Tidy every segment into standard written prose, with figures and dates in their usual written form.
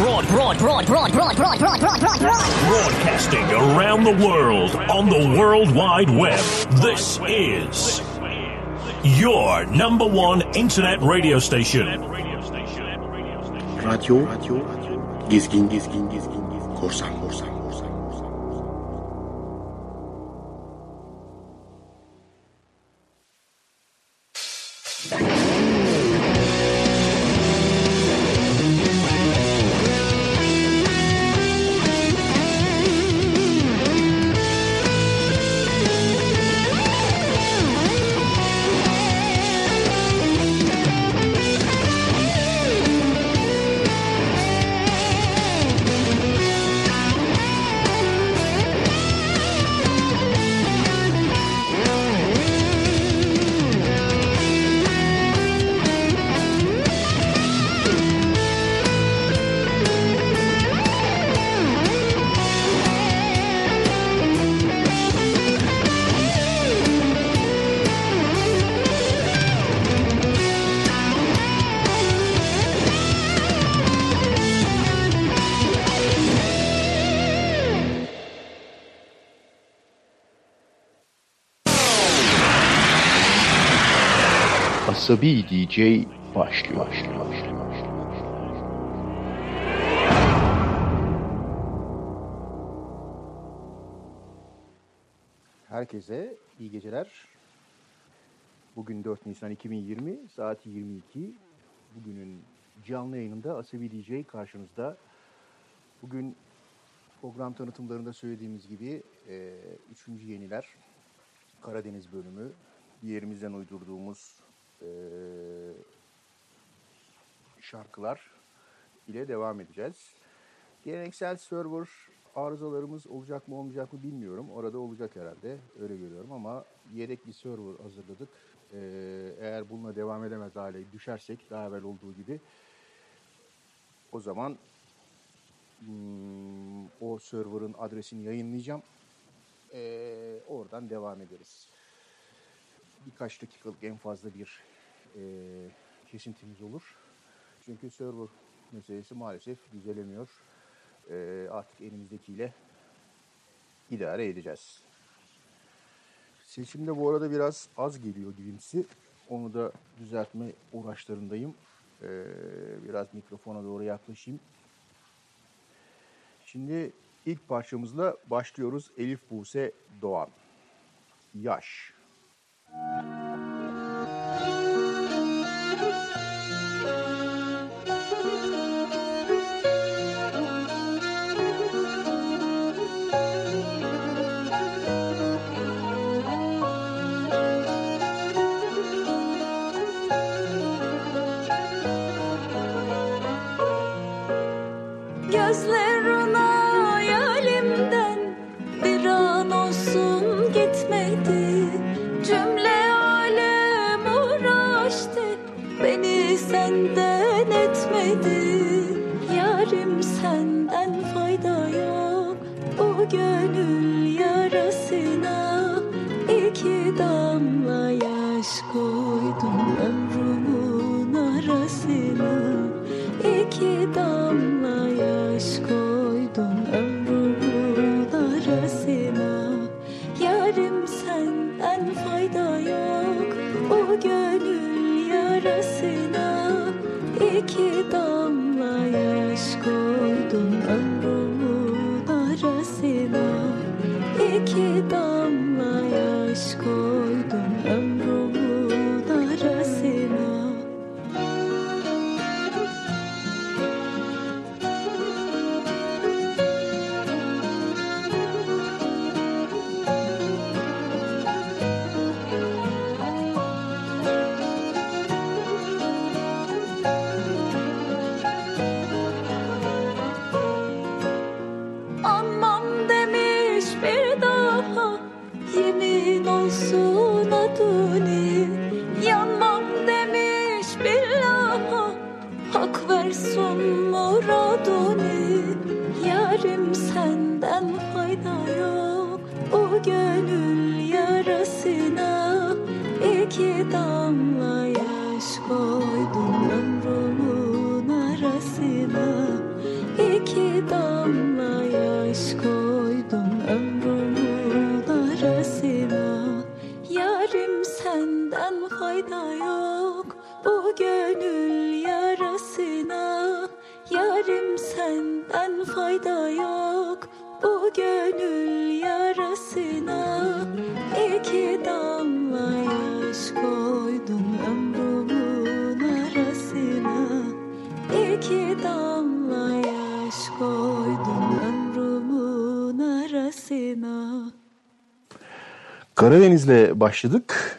Broadcasting around the world on the World Wide Web. This is your number one internet radio station. Radyo Gezgin Korsan. Asabi DJ başlıyor. Herkese iyi geceler. Bugün 4 Nisan 2020, saat 22. Bugünün canlı yayınında Asabi DJ karşınızda. Bugün program tanıtımlarında söylediğimiz gibi 3. Yeniler Karadeniz bölümü, bir yerimizden uydurduğumuz şarkılar ile devam edeceğiz. Geleneksel server arızalarımız olacak mı olmayacak mı bilmiyorum. Orada olacak herhalde. Öyle görüyorum ama yedek bir server hazırladık. Eğer bununla devam edemez hale düşersek daha evvel olduğu gibi o zaman o server'ın adresini yayınlayacağım. Oradan devam ederiz. Birkaç dakikalık en fazla bir kesintimiz olur. Çünkü server meselesi maalesef düzelemiyor. Artık elimizdekiyle idare edeceğiz. Sesim de bu arada biraz az geliyor gibimsi. Onu da düzeltme uğraşlarındayım. Biraz mikrofona doğru yaklaşayım. Şimdi ilk parçamızla başlıyoruz. Elif Buse Doğan. Yaş. Gözlerin hayalimden bir an olsun gitmedi. Cümle alem uğraştı, beni senden etmedi. Yarim senden fayda yok, bu gönül yarasına. İki damla yaş koydum ömrümün arasına. İki damla yaş koydum ömrümün arasına. Yarim senden fayda yok, o gönül yarasına. İki damla yaş koydum ömrümün arasına. İki damla yaş koydum ömrümün arasına. Anmam demiş bir daha, yemin olsun adını. Yanmam demiş billaha, hak versin muradını. Yarim senden fayda yok, o gönül yarasına. İki damla yaş koydum ömrümün arasına. yarim senden fayda yok bu gönül yarasına. İki damla yaş koydum ömrümün arasına. İki damla yaş koydum ömrümün arasına. Karadeniz'le başladık.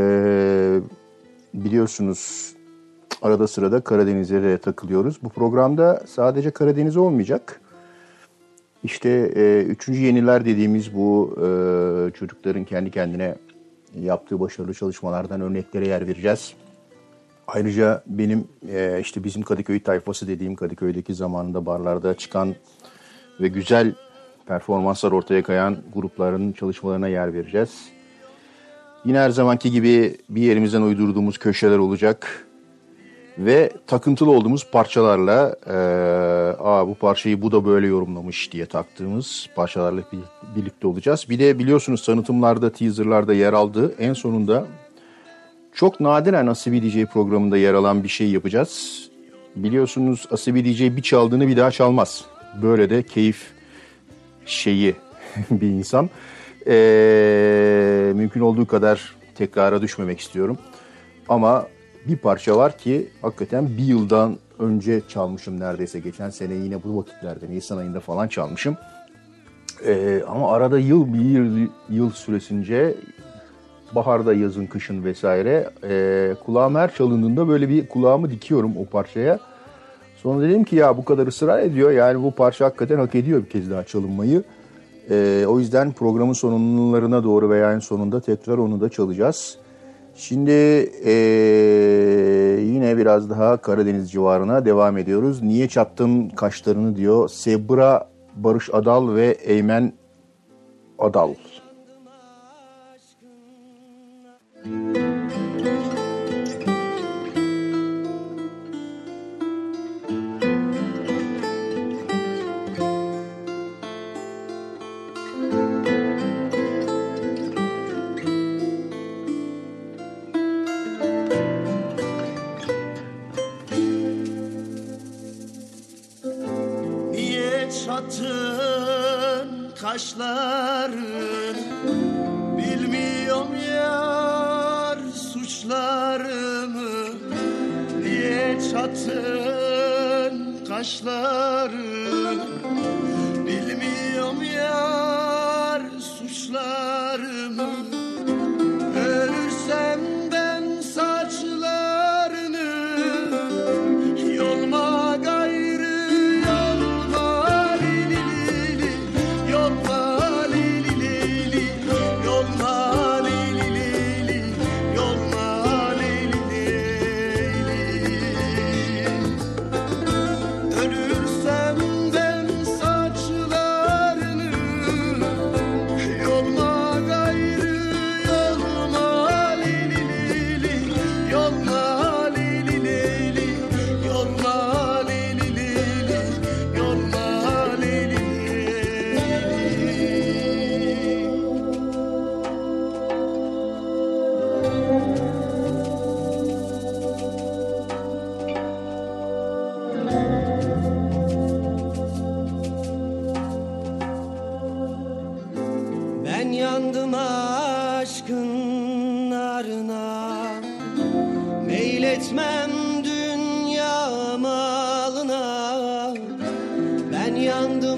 Biliyorsunuz arada sırada Karadeniz'e takılıyoruz. Bu programda sadece Karadeniz olmayacak. İşte 3. Yeniler dediğimiz bu çocukların kendi kendine yaptığı başarılı çalışmalardan örneklere yer vereceğiz. Ayrıca benim işte bizim Kadıköy tayfası dediğim Kadıköy'deki zamanında barlarda çıkan ve güzel performanslar ortaya koyan grupların çalışmalarına yer vereceğiz. Yine her zamanki gibi bir yerimizden uydurduğumuz köşeler olacak. Ve takıntılı olduğumuz parçalarla bu parçayı bu da böyle yorumlamış diye taktığımız parçalarla birlikte olacağız. Bir de biliyorsunuz tanıtımlarda, teaserlarda yer aldı. En sonunda çok nadiren Asibi DJ programında yer alan bir şey yapacağız. Biliyorsunuz Asibi DJ bir çaldığını bir daha çalmaz. Böyle de keyif şeyi bir insan. Mümkün olduğu kadar tekrara düşmemek istiyorum. Ama bir parça var ki hakikaten bir yıldan önce çalmışım neredeyse. Geçen sene yine bu vakitlerde Nisan ayında falan çalmışım. Ama arada bir yıl süresince baharda, yazın, kışın vesaire kulağım her çalındığında böyle bir kulağımı dikiyorum o parçaya. Sonra dedim ki ya bu kadar ısrar ediyor. Yani bu parça hakikaten hak ediyor bir kez daha çalınmayı. O yüzden programın sonlarına doğru veya en sonunda tekrar onu da çalacağız. Şimdi yine biraz daha Karadeniz civarına devam ediyoruz. Niye çattın kaşlarını diyor Sebra Barış Adal ve Eymen Adal. Kaşların bilmiyorum yar suçlarımı. Niye çatın kaşların bilmiyorum yar suçlarımı. Ölürsem ben saçlarını yolma gayrı yolma lili yolma lili yolma lili yolma lili. Ölürsem ben saçlarını yolma gayrı yolma lili yolma lili yolma lili yolma lili. Ben yandım aşkın narına, meyletmem dünya malına. Ben yandım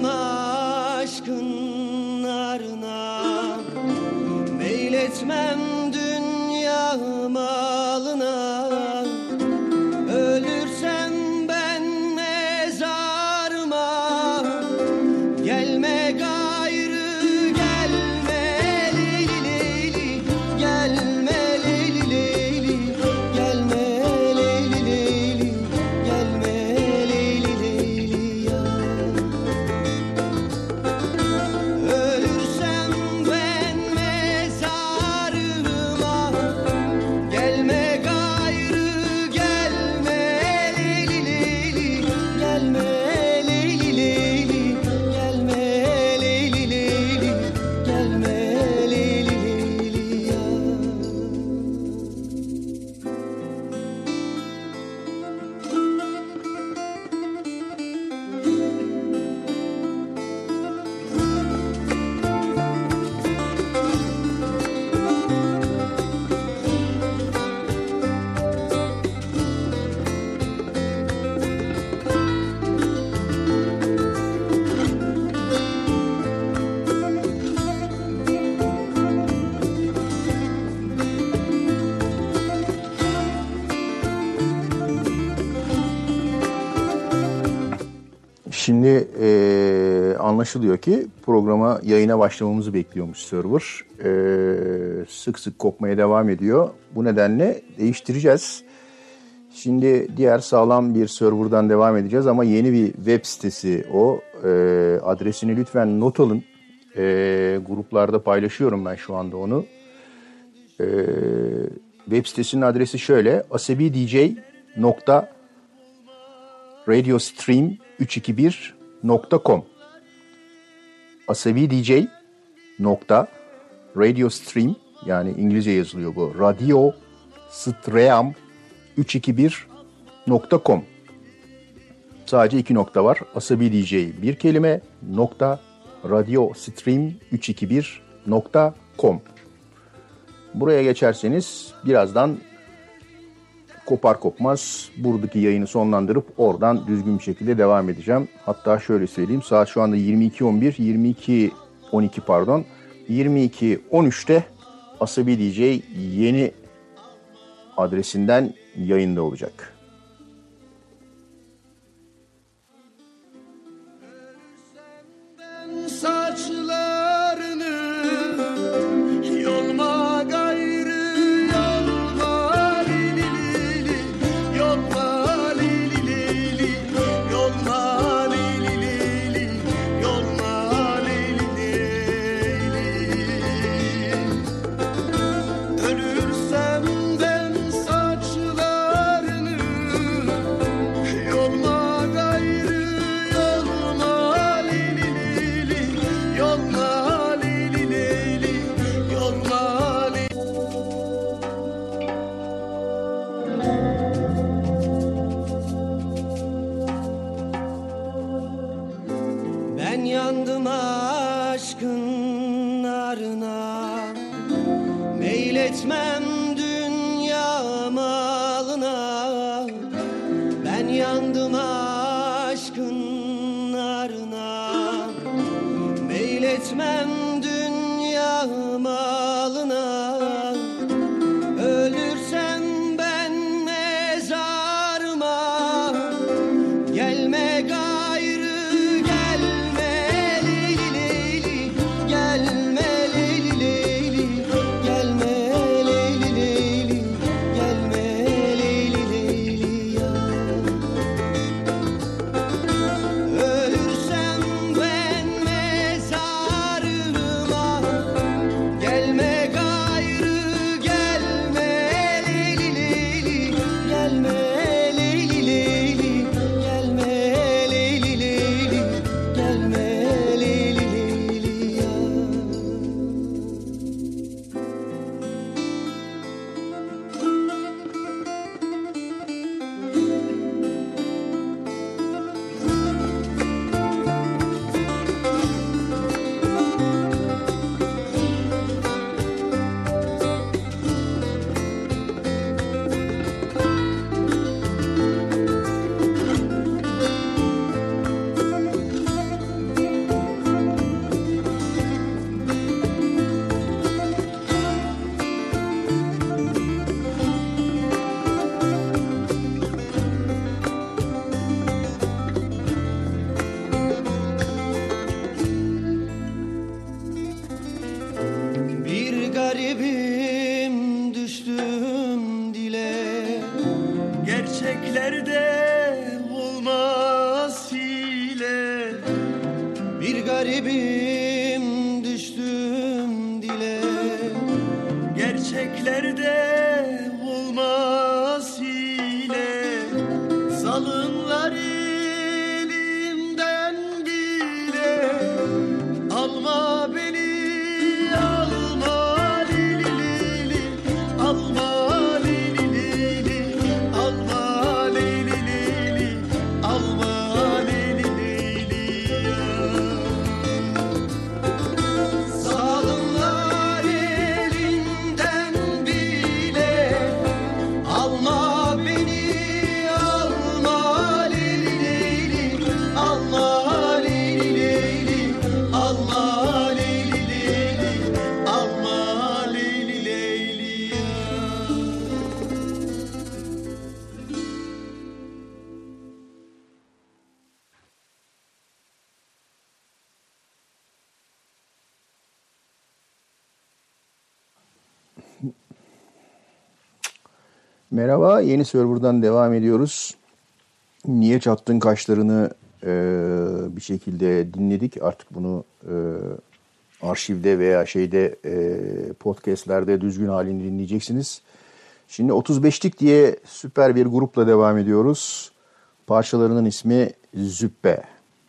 aşkın narına, meyletmem dünya malına. Ölürsem ben mezarıma gelme gayrı gelme leyli gelme leyli gelme leyli gelme leyli ya. Ölürsem ben mezarıma Şimdi anlaşılıyor ki programa yayına başlamamızı bekliyormuş server. Sık sık kopmaya devam ediyor. Bu nedenle değiştireceğiz. Şimdi diğer sağlam bir serverdan devam edeceğiz ama yeni bir web sitesi o. Adresini lütfen not alın. Gruplarda paylaşıyorum ben şu anda onu. Web sitesinin adresi şöyle: asabidj.radiostream321.com asabidj.radiostream, yani İngilizce yazılıyor bu, radiostream321.com. Sadece 2 nokta var. Asabidj bir kelime, nokta, radiostream321.com. Buraya geçerseniz birazdan kopar kopmaz buradaki yayını sonlandırıp oradan düzgün bir şekilde devam edeceğim. Hatta şöyle söyleyeyim, saat şu anda 22.13'te Asabidj yeni adresinden yayında olacak. Zalimler elinden Merhaba, yeni serverdan devam ediyoruz. Niye çattın kaşlarını bir şekilde dinledik. Artık bunu arşivde veya podcastlerde düzgün halini dinleyeceksiniz. Şimdi 35'lik diye süper bir grupla devam ediyoruz. Parçalarının ismi Züppe.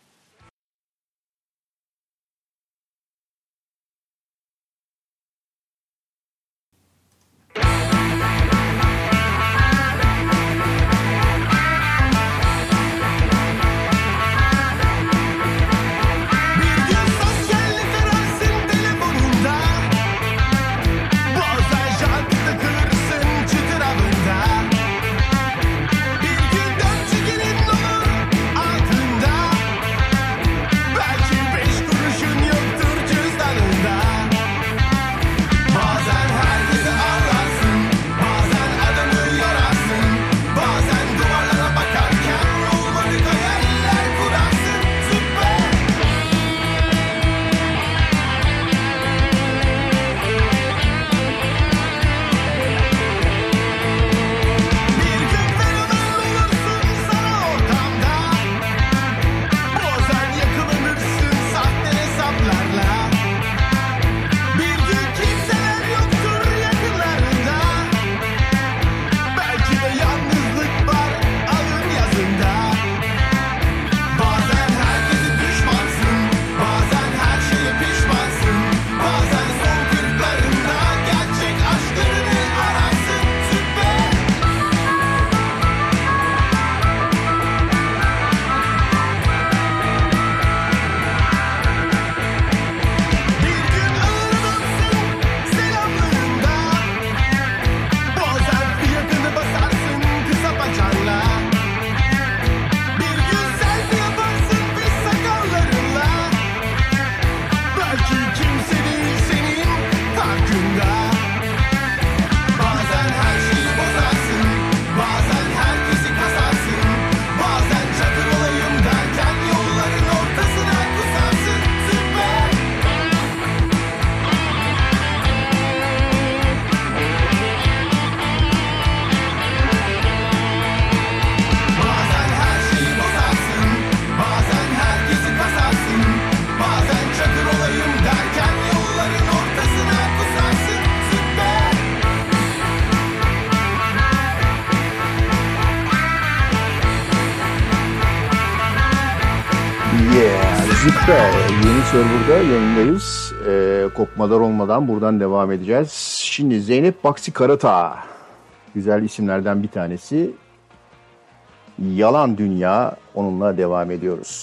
Züppe, yeni serverda yayındayız. Kopmalar olmadan buradan devam edeceğiz. Şimdi Zeynep Baksi Karatağ, güzel isimlerden bir tanesi. Yalan Dünya, onunla devam ediyoruz.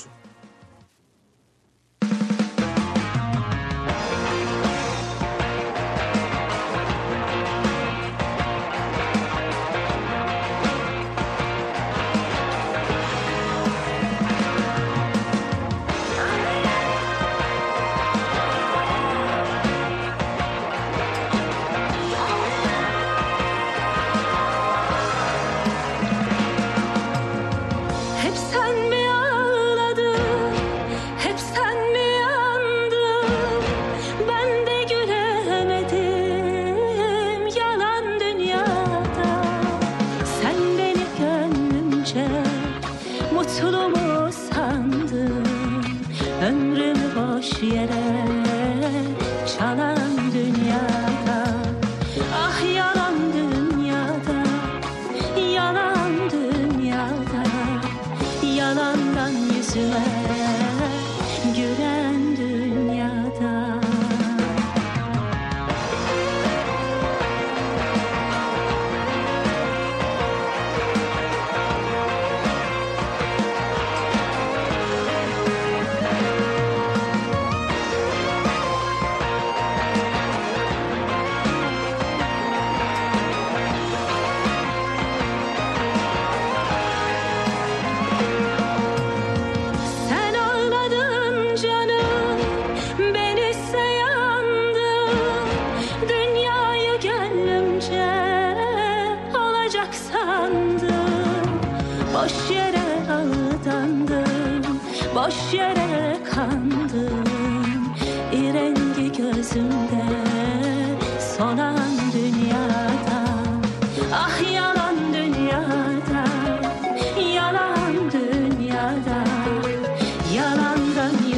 İrengi gözümde solan dünya.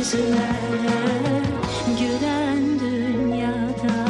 yüzüme gülen dünyada.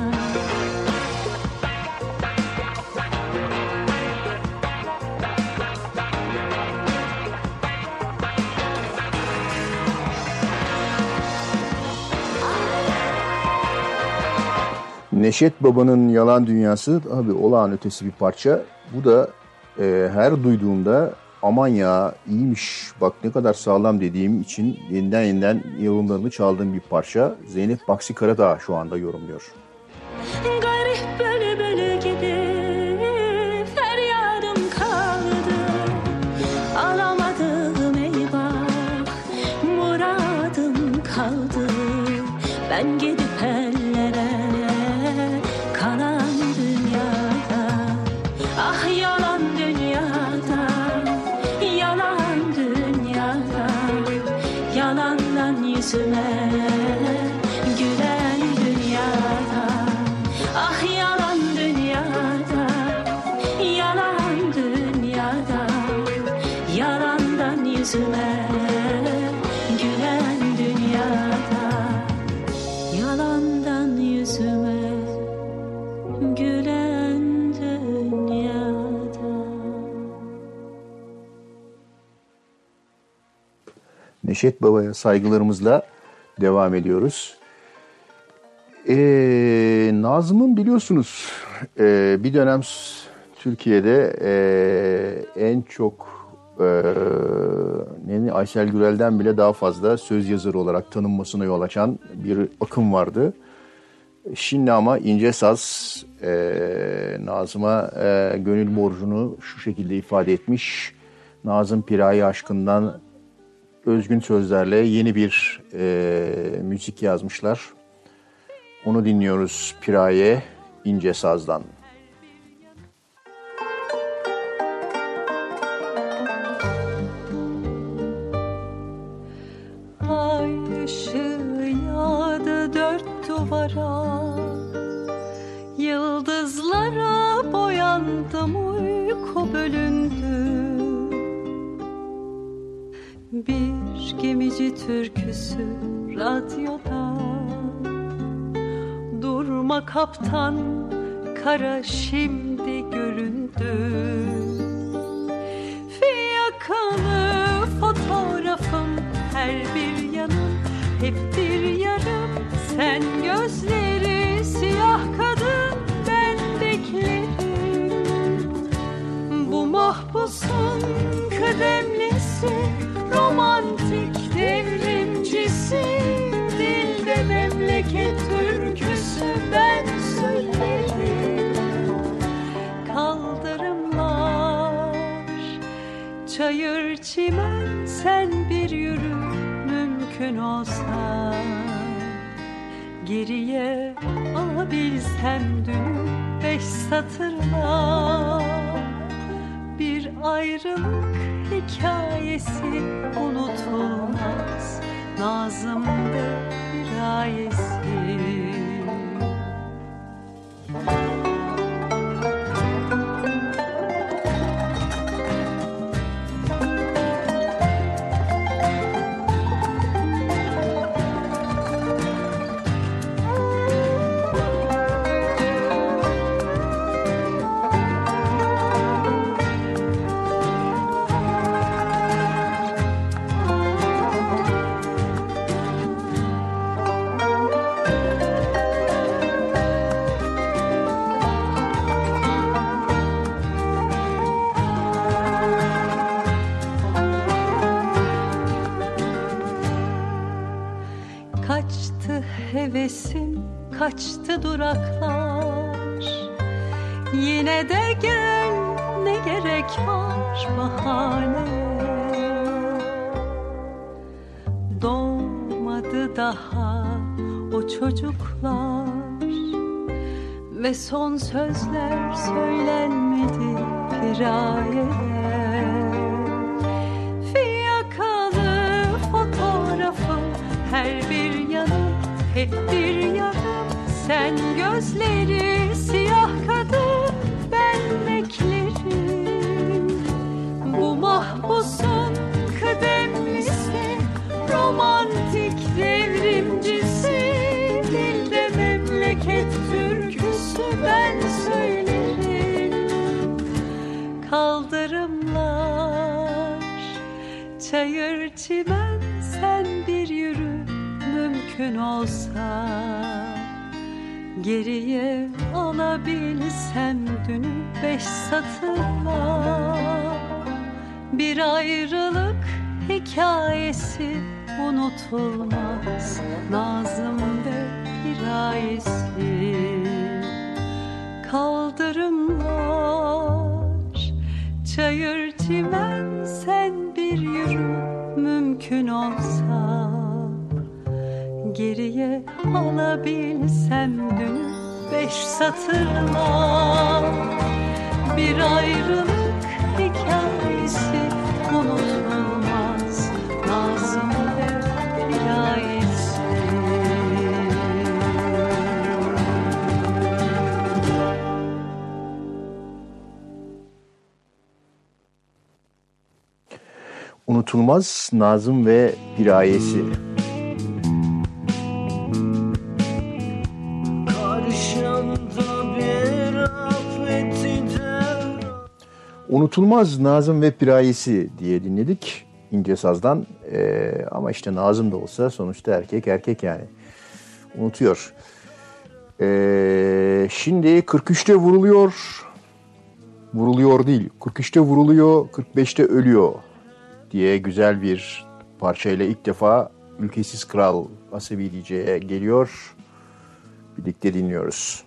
Neşet Baba'nın Yalan Dünyası tabii olağan ötesi bir parça. Bu da her duyduğumda aman ya iyiymiş bak ne kadar sağlam dediğim için yeniden yorumlarını çaldığım bir parça. Zeynep Baksi Karadağ şu anda yorumluyor. Garip böyle böyle gidip feryadım kaldı. Alamadım eyvah muradım kaldı. Ben gidip ellere kalan dünyada. Ah yalan dünyada, yalan dünyada. Yalandan yüzüme gülen dünyada. Ah yalan dünyada, yalan dünyada. Yalandan yüzüme gülen dünyada. Yalandan yüzüme gülen dünyada. Neşet Baba'ya saygılarımızla devam ediyoruz. Nazım'ın biliyorsunuz bir dönem Türkiye'de en çok Aysel Gürel'den bile daha fazla söz yazarı olarak tanınmasına yol açan bir akım vardı. Şimdi ama İnce Saz Nazım'a gönül borcunu şu şekilde ifade etmiş. Nazım Piraye aşkından özgün sözlerle yeni bir müzik yazmışlar. Onu dinliyoruz Piraye İnce Saz'dan. Ay ışığı yağdı dört duvara, yıldızlara boyandım, uyku bölündü. Bir gemici türküsü radyoda, durma kaptan, kara şimdi göründü. Fiyakalı fotoğrafım, her bir yanım hep bir yarım. Sen gözleri siyah kadın, ben beklerim. Bu mahpusun kıdemlisi, romantik devrimcisi, dilde memleket türküsü ben söylerim. Kaldırımlar, çayır çimen, sen bir yürü mümkün olsa. Geriye alabilsem dünü 5 satırla, bir ayrılık hikayesi unutulmaz, Nazım'da hirayesi. Kaçtı hevesim, kaçtı duraklar. Yine de gel, ne gerek var bahane. Doğmadı daha o çocuklar ve son sözler söylenmedi Piraye'ye. Fiyakalı fotoğrafım, her bir yanım hep bir yarım. Sen gözleri siyah kadın, ben beklerim. Bu mahpusun kıdemlisi, romantik Çayır çimen sen bir yürü, mümkün olsa geriye alabilsem dünü 5 satırla. Bir ayrılık hikayesi unutulmaz, Nazım ve Pirayesi. Kaldırımlar, çayır çimen sen bir yürü, mümkün olsa geriye alabilsem dünü 5 satırla. Bir ayrılık hikayesi unutulmaz, Nazım ve Pirayesi. Unutulmaz Nazım ve Pirayesi. Unutulmaz Nazım ve Pirayesi diye dinledik İnce Saz'dan. Ama işte Nazım da olsa sonuçta erkek yani. Unutuyor. Şimdi 43'te vuruluyor. Vuruluyor değil. 43'te vuruluyor, 45'te ölüyor diye güzel bir parçayla ilk defa Ülkesiz Kral Asabi DJ'ye geliyor. Birlikte dinliyoruz.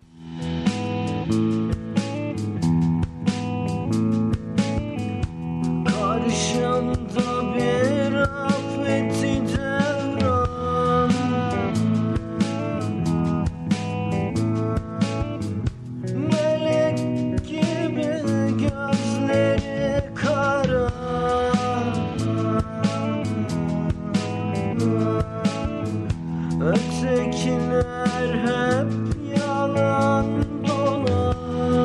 Karşımda bir affeti devran, melek gibi gözleri kara, ötekiler hep yalan dolan.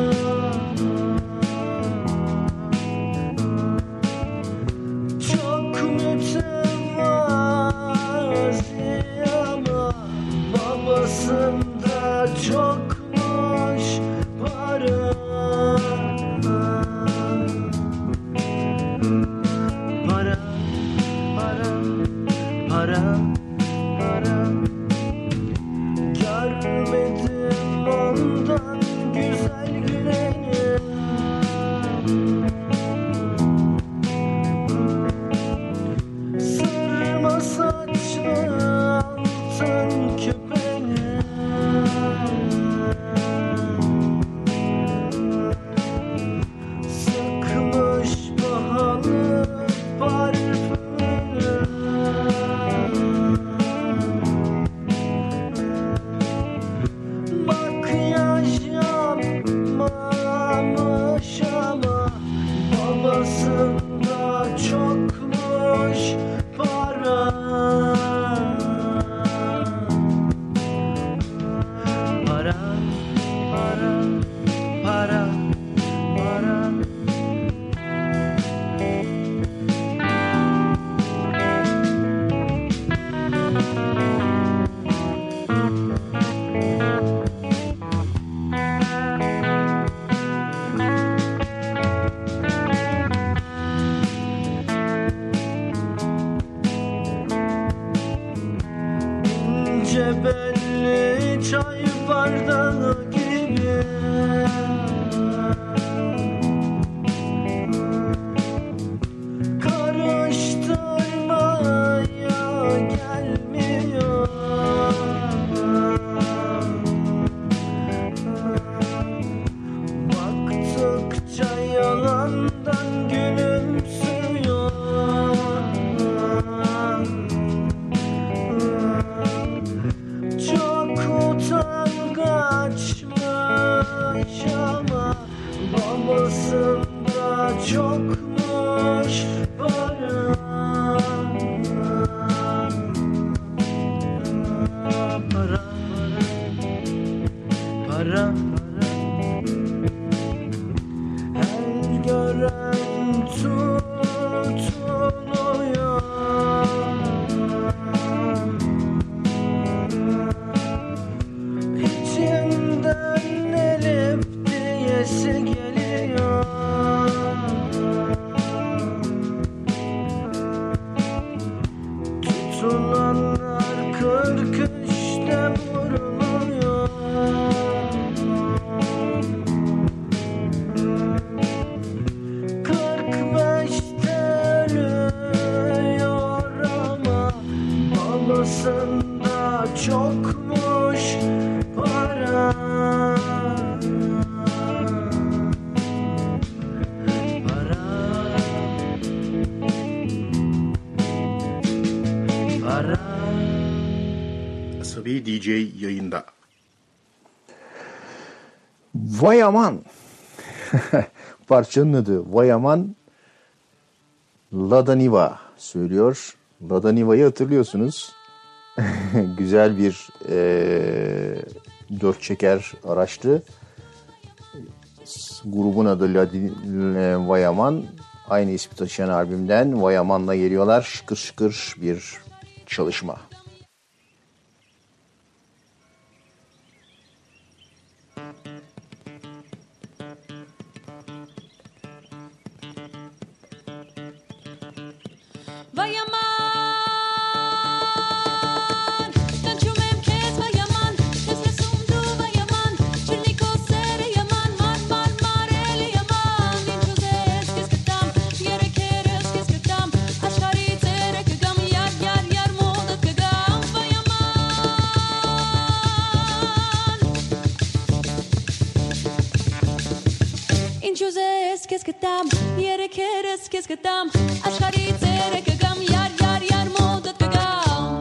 Çok mütevazi ama babasında çokmuş para. Para, para, para, para. Görmedim ondan güzel güleni. Sırma saçlı altın küpeni. Sıkmış pahalı parfümünü. Makyaj yapmamış ama babasında çokmuş para. Para, para, para, para. İnce belli çay bardağı gibi. Karıştırmaya gelmiyor. Baktıkça yalandan gülümsüyor. Çok utangaçmış ama Arabasında çokmuş para. Asabi DJ yayında. Vay aman. Parçanın adı Vay aman. Lada Niva söylüyor. Lada Niva'yı hatırlıyorsunuz. Güzel bir dört çeker araçtı. Grubun adı Vay aman. Aynı ismi taşıyan albümden Vay aman'la geliyorlar. Şıkır şıkır bir çalışma. Vay aman, don't you mem kes vay aman, kes ne sundu vay aman, çirnik o sere yaman, man mareli yaman, inçozes kiskatam, gerekeres kiskatam, aşkari tere kagam, yar moda kagam, vay aman. İnçozes kiskatam, gerekeres kiskatam, aşkari tere kagam. Yar moda kagam.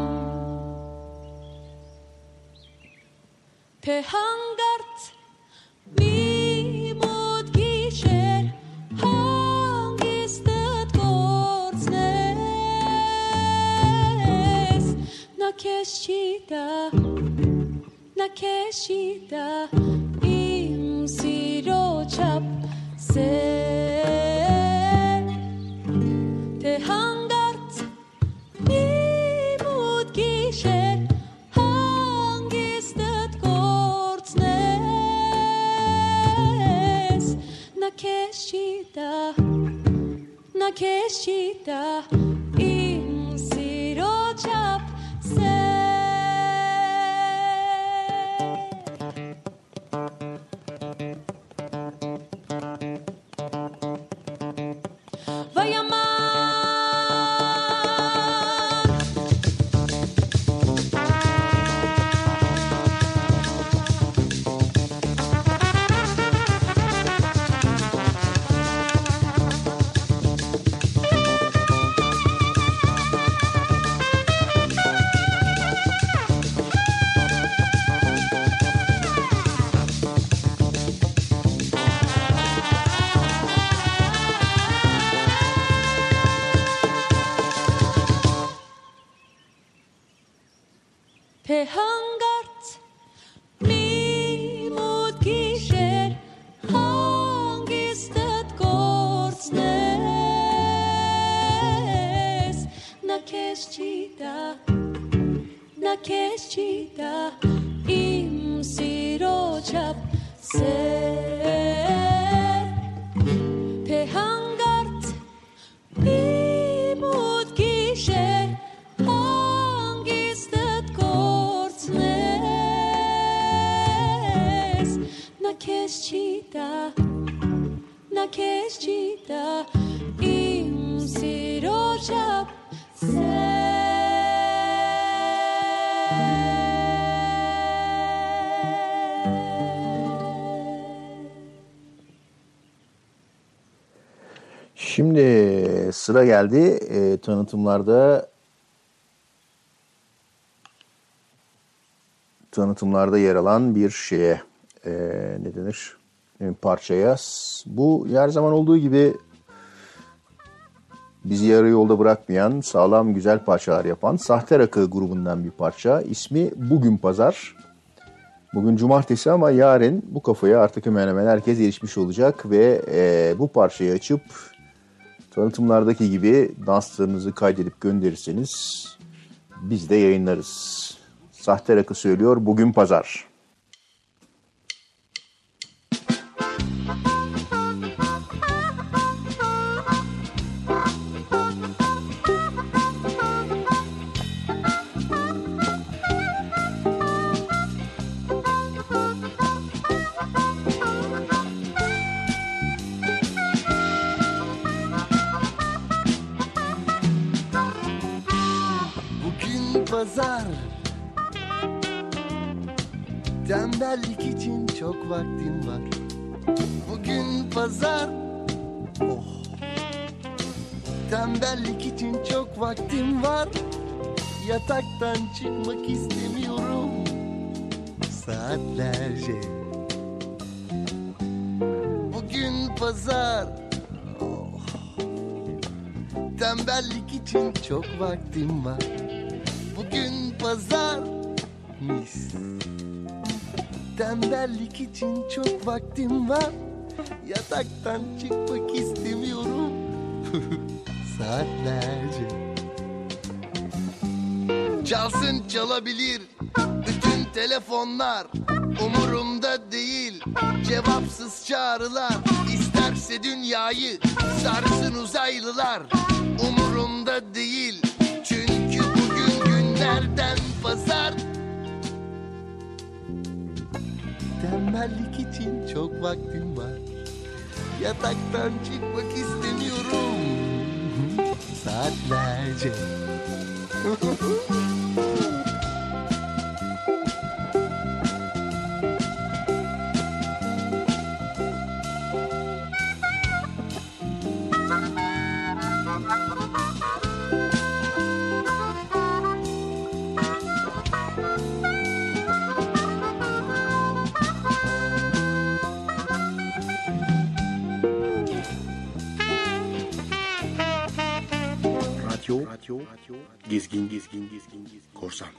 Te hangart mi mod gişer hangistet kortsnes na keşita im sirochap se te hangart imod gişer hangistet kortsnes na keşita im sirochap se. Vay aman. Te hangart mi mod gişer hangistet kortsnes na keşita im sirochap se. Te hangart mi mod gişer hangistet kortsnes na keşita im sirochap se. Şimdi sıra geldi tanıtımlarda yer alan bir şeye, ne denir, parçaya. Bu her zaman olduğu gibi bizi yarı yolda bırakmayan, sağlam güzel parçalar yapan Sahte Rakı grubundan bir parça. İsmi Bugün Pazar. Bugün cumartesi ama yarın bu kafaya artık hemen hemen herkes erişmiş olacak ve bu parçayı açıp tanıtımlardaki gibi danslarınızı kaydedip gönderirseniz biz de yayınlarız. Sahte Rakı söylüyor Bugün Pazar. Bugün Bugün pazar. Tembellik için çok vaktim var. Bugün pazar. Oh. Tembellik için çok vaktim var. Yataktan çıkmak istemiyorum saatlerce. Bugün pazar. Oh. Tembellik için çok vaktim var. Bugün pazar. Mis. Tembellik için çok vaktim var. Yataktan çıkmak istemiyorum saatlerce. Çalsın çalabilir bütün telefonlar, umurumda değil cevapsız çağrılar. İsterse dünyayı sarsın uzaylılar, umurumda değil. Çünkü bugün günlerden pazar. Tembellik için çok vaktim var. Yataktan çıkmak istemiyorum saatlerce. Radyo, gezgin, korsan.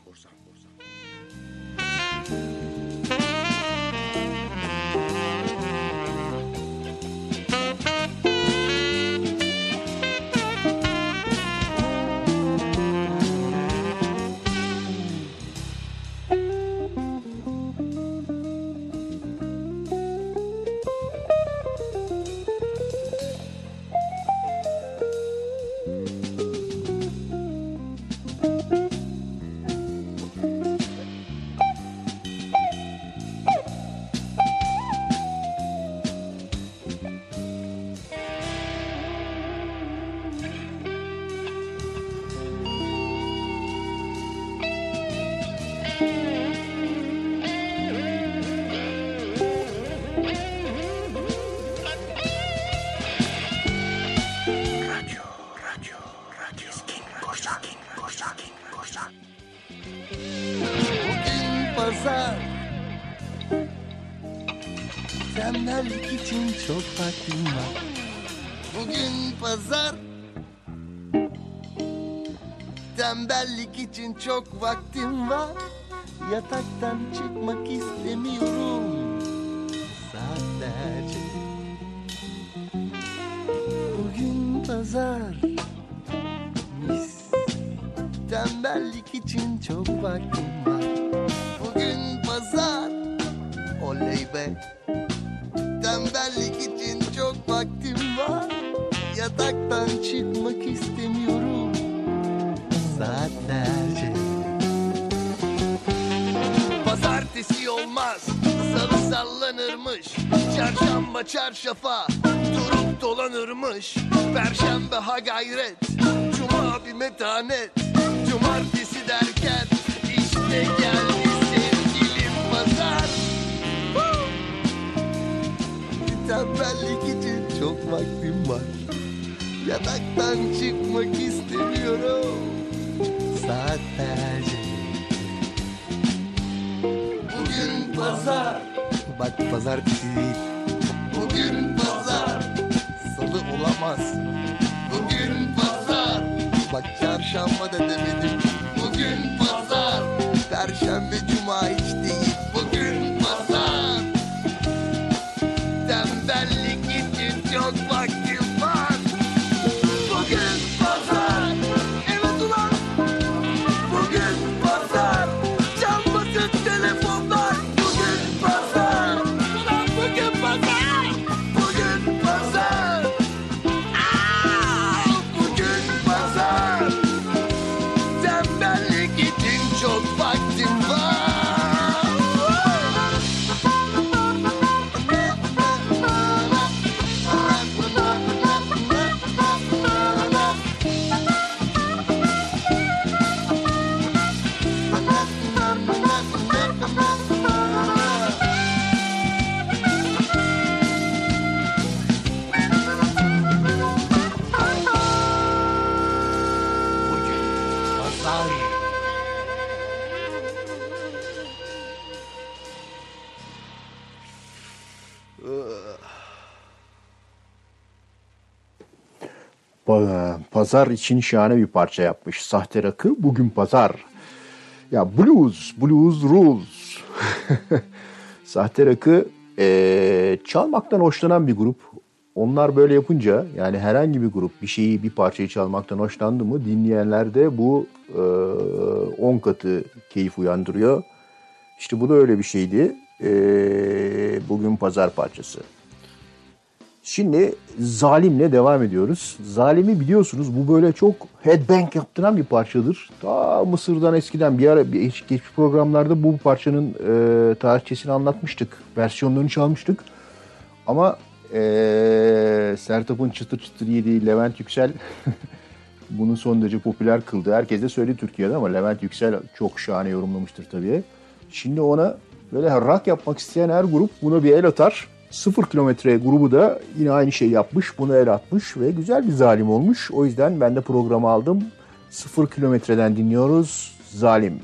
Bugün pazar. Tembellik için çok vaktim var. Bugün pazar. Tembellik için çok vaktim var. Yataktan çıkmak istemiyorum saatlerce. Bugün pazar. Mis. Tembellik için çok vaktim var. Bugün pazar. Oley be. Tembellik için çok vaktim var. Yataktan çıkmak istemiyorum saatlerce. Pazartesi olmaz, salı sallanırmış. Çarşamba çarşafa durup dolanırmış. Perşembe ha gayret, cuma bir metanet. Cumartesi derken işte geldi sevgilim pazar. Tembellik için çok vaktim var. Yataktan çıkmak istemiyorum saatlerce. Bugün pazar. Bak pazartesi değil. Bugün pazar. Salı olamaz. Bugün pazar. Bak çarşamba da demedim. Bugün pazar. Perşembe cuma hiç değil. Bugün pazar. Tembellik için çok vaktim var. Bugün pazar. Evet ulan. Bugün pazar. Çalmasın telefonlar. Bugün pazar. Ulan bugün pazar. Bugün pazar. Bugün pazar. Pazar. Pazar için şahane bir parça yapmış. Sahte Rakı bugün pazar. Ya blues rules. Sahte Rakı çalmaktan hoşlanan bir grup. Onlar böyle yapınca yani herhangi bir grup bir parçayı çalmaktan hoşlandı mı dinleyenlerde bu 10 katı keyif uyandırıyor. İşte bu da öyle bir şeydi. Bugün pazar parçası. Şimdi Zalim'le devam ediyoruz. Zalim'i biliyorsunuz bu böyle çok headbang yaptıran bir parçadır. Ta Mısır'dan eskiden geçmiş programlarda bu parçanın tarihçesini anlatmıştık. Versiyonlarını çalmıştık. Ama Sertab'ın çıtır çıtır yediği Levent Yüksel bunu son derece popüler kıldı. Herkes de söyledi Türkiye'de ama Levent Yüksel çok şahane yorumlamıştır tabii. Şimdi ona böyle rock yapmak isteyen her grup buna bir el atar. 0 kilometre grubu da yine aynı şey yapmış. Bunu el atmış ve güzel bir Zalim olmuş. O yüzden ben de programı aldım. 0 kilometreden dinliyoruz Zalim.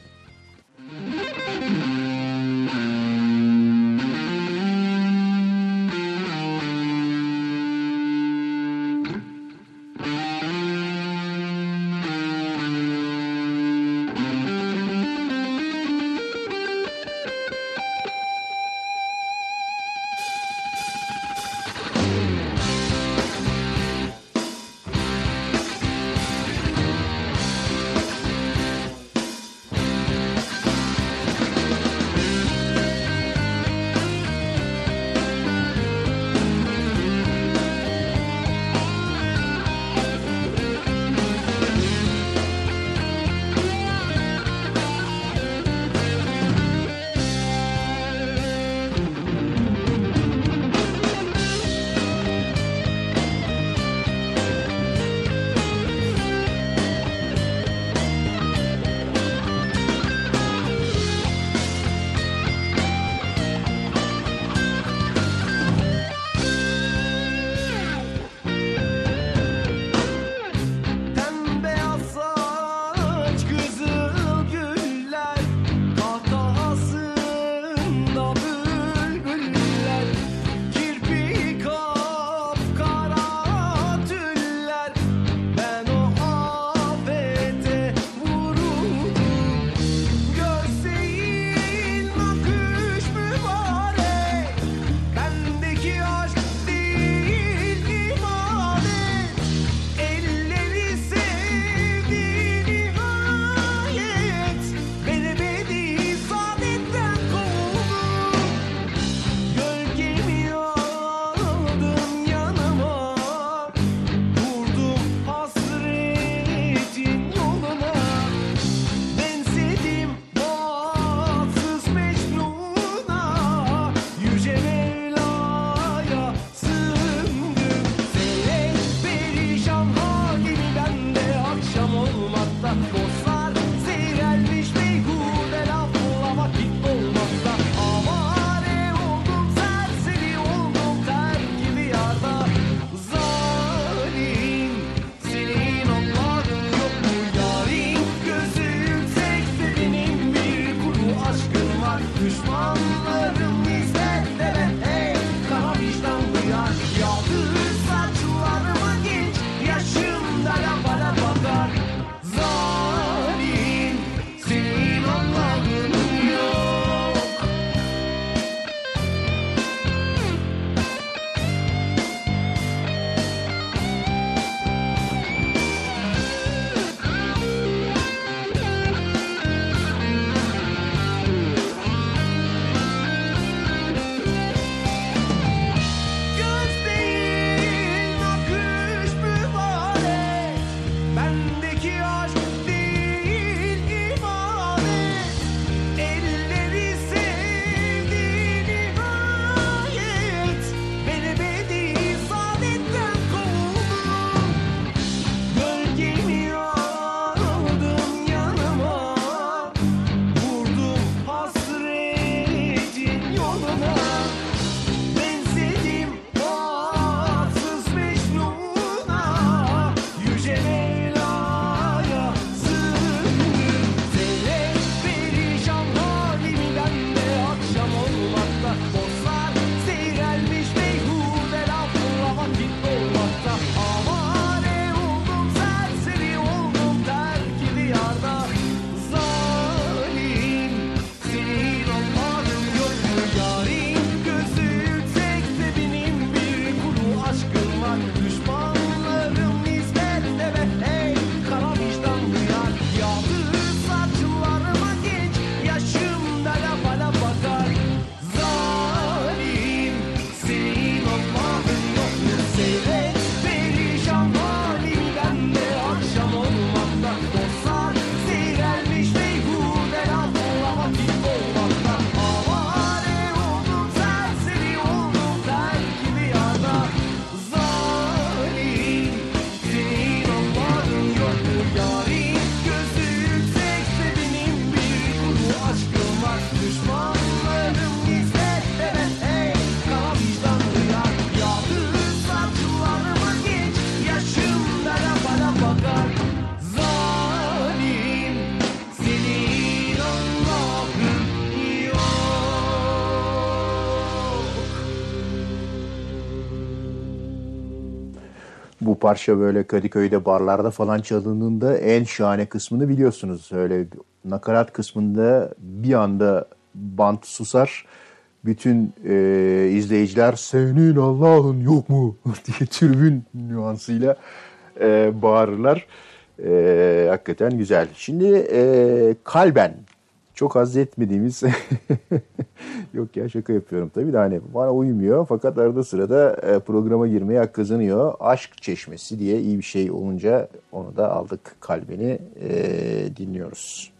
Bu parça böyle Kadıköy'de barlarda falan çalındığında en şahane kısmını biliyorsunuz. Öyle nakarat kısmında bir anda band susar. Bütün izleyiciler senin Allah'ın yok mu diye tribün nüansıyla bağırırlar. Hakikaten güzel. Şimdi kalben çok haz etmediğimiz yok ya şaka yapıyorum tabii de hani bana uymuyor fakat arada sırada programa girmeye hak kazanıyor. Aşk Çeşmesi diye iyi bir şey olunca onu da aldık kalbini dinliyoruz.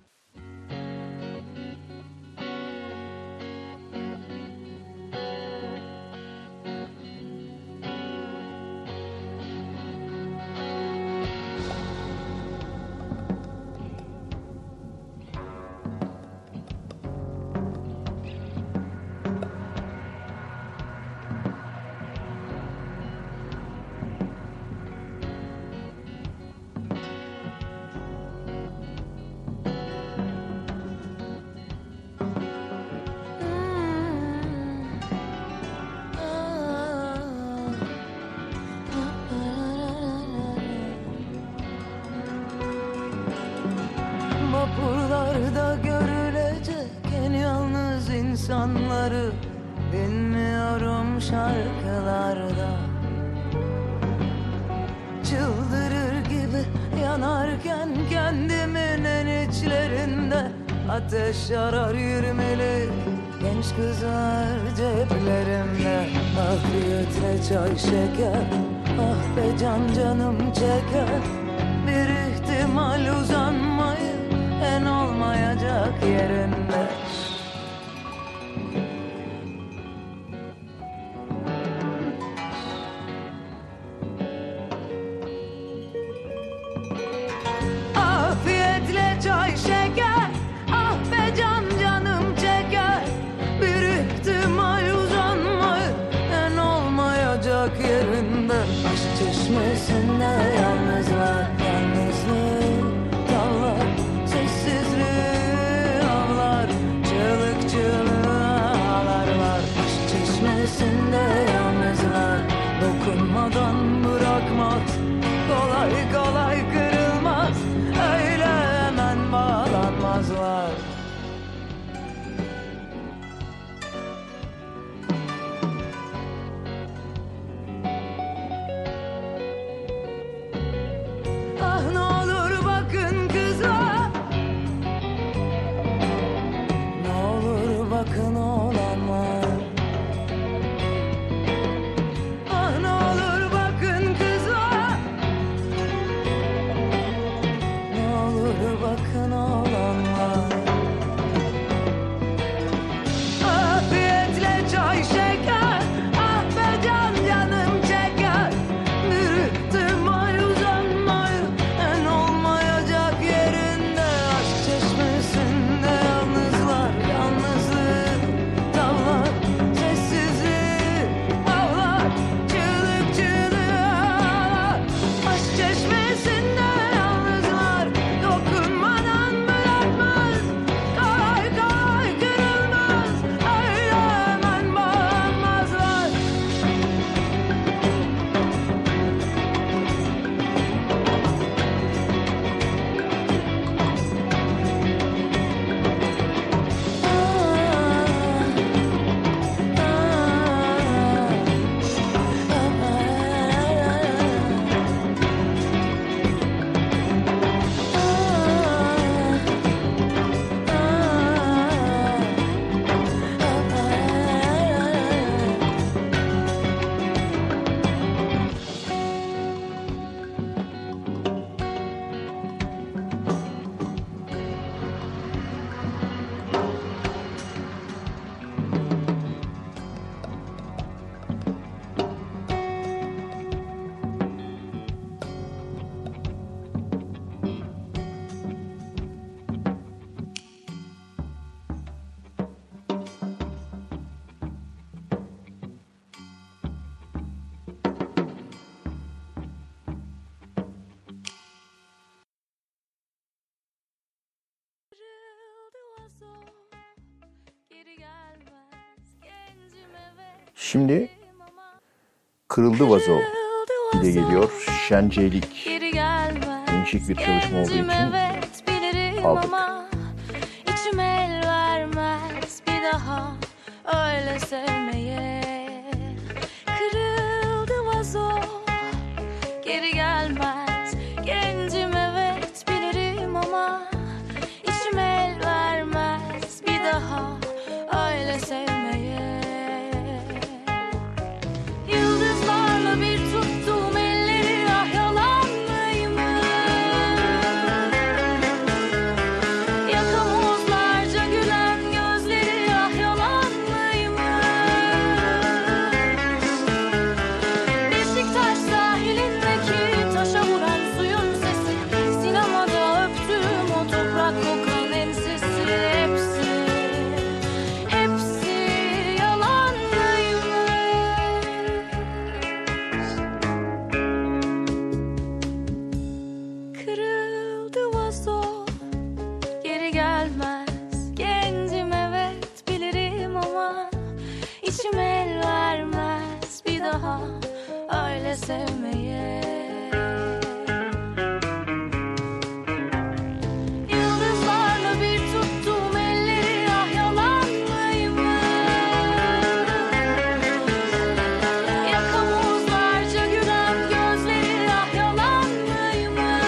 Vapurlarda görülecek en yalnız insanları dinliyorum şarkılarda. Çıldırır gibi yanarken kendimin en içlerinde ateş yarar 20'li genç kızlar ceplerimde. Afiyetle çay şeker, ah be can canım çeker. Bir ihtimal uzanmayı en olmayacak yerinde. Afiyetle çay şeker, ah be can canım çeker. Bir ihtimal uzanmayı en olmayacak yerinde. Aşk çeşmesinde yalnızlar, yalnızlık dallar, sessizliği avlar, çığlık çığlığa ağlarlar. Aşk çeşmesinde yalnızlar, dokunmadan bırakmaz, kolay kolay kırılmaz, öyle hemen bağlanmazlar. Ah ne olur bakın kızlar, ne olur bakın olanlar. Ah ne olur bakın kızlar, ne olur bakın olanlar. Afiyetle çay şeker, ah be can canım çeker. Bir ihtimal uzanmayı en olmayacak yerinde. Aşk çeşmesinde yalnızlar, yalnızlık tavlar, sessizliği avlar, çığlık çığlığa ağlar. Aşk çeşmesinde yalnızlar, dokunmadan bırakmaz, kolay kolay kırılmaz, öyle hemen bağlanmazlar. Şimdi Kırıldı Vazo dile geliyor. Şenceylik. Geri gelmez. Değişik bir çalışma olduğu Gencim, için evet bilirim aldık. ama içim el vermez bir daha öyle sevmeye. Kırıldı vazo, geri gelmez. Gencim, evet bilirim ama içim el vermez bir daha öyle sevmeye. Yıldızlarla bir tuttuğum elleri, ah yalan mıymış? Yakamozlarca gülen gözleri, ah yalan mıymış? Beşiktaş sahilindeki taşa vuran suyun sesi, sinemada öptüğüm o toprak kokan ensesi, hepsi yalan mıymış? Kırıldı vazo, geri gelmez. Gencim, evet bilirim ama içim el vermez bir daha öyle sevmeye. Yıldızlarla bir tuttuğum elleri, ah yalan mıymış? Yakamozlarca gülen gözleri, ah yalan mıymış?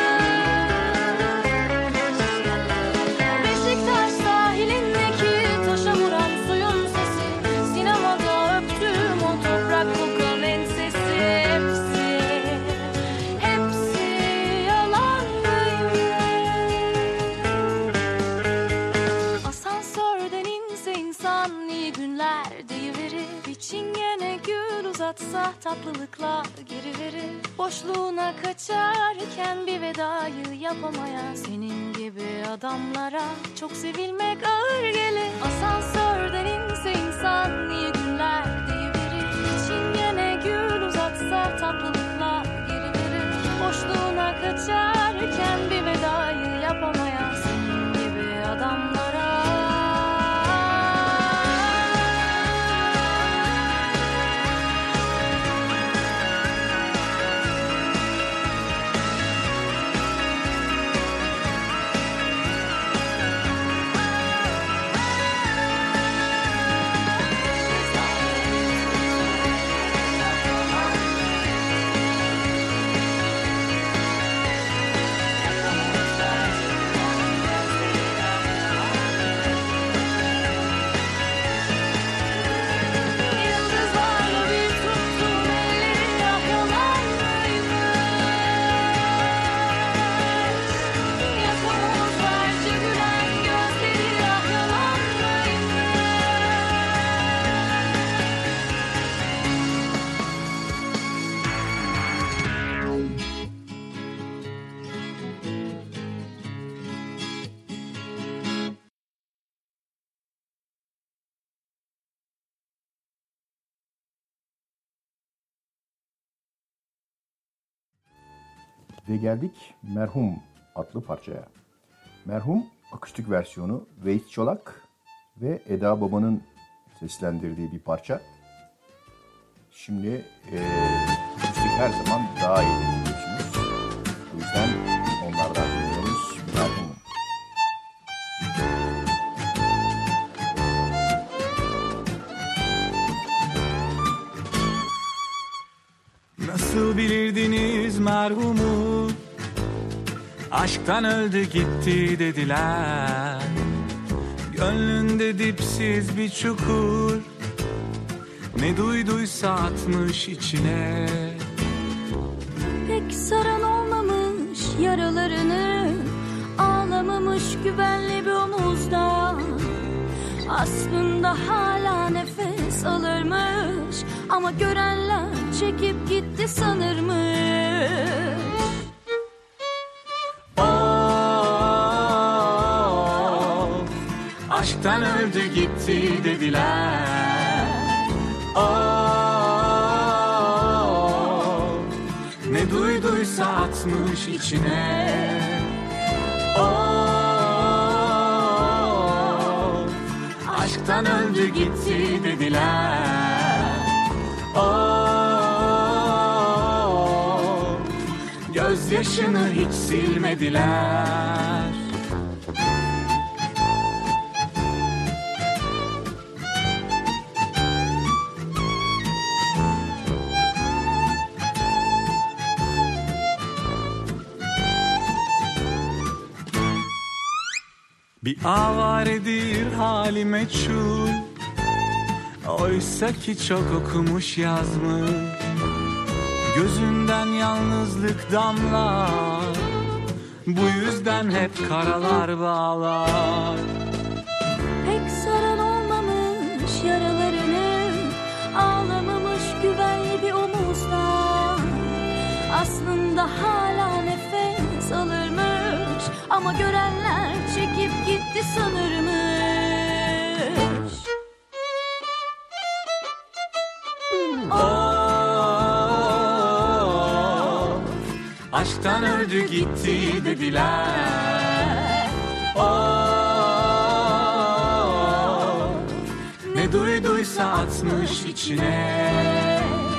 Beşiktaş sahilindeki taşa vuran suyun sesi, sinemada öptüğüm o toprak kokan ensesi, hepsi yalan mıymış? Asansörden inse insan iyi günler deyiverir. Bir çingene gül uzatsa tatlılıkla geri verir. Boşluğuna kaçarken bir vedayı yapamayan senin gibi adamlara çok sevilmek ağır gelir. Asansörden inse insan iyi günler deyiverir. Bir çingene gül uzatsa tatlılıkla geri verir. Boşluğuna kaçarken bir vedayı yapamayan senin gibi adamlara. Yıldızlarla bir tuttuğum elleri, ah yalan mıymış? Yakamozlarca gülen gözleri, ah yalan mıymış? Ve geldik Merhum adlı parçaya. Merhum akustik versiyonu Veys Çolak ve Eda Baba'nın seslendirdiği bir parça. Şimdi akustik her zaman daha iyi biliyorsunuz. O yüzden onlardan dinliyoruz Merhum. Nasıl bilirdiniz merhumu? Aşktan öldü gitti dediler. Gönlünde dipsiz bir çukur, ne duyduysa atmış içine. Pek saran olmamış yaralarını, ağlamamış güvenli bir omuzda. Aslında hala nefes alırmış ama görenler çekip gitti sanırmış. Of, aşktan öldü gitti dediler. Of, ne duyduysa atmış içine. Of, aşktan öldü gitti dediler. Of, yaşını hiç silmediler. Bir avaredir hali meçhul, oysa ki çok okumuş yazmış. Gözünden yalnızlık damlar, bu yüzden hep karalar bağlar. Pek saran olmamış yaralarını, ağlamamış güvenli bir omuzdan. Aslında hala nefes alırmış, ama görenler çekip gitti sanırmış. Aşktan öldü gitti dediler. Ne duyduysa atmış içine.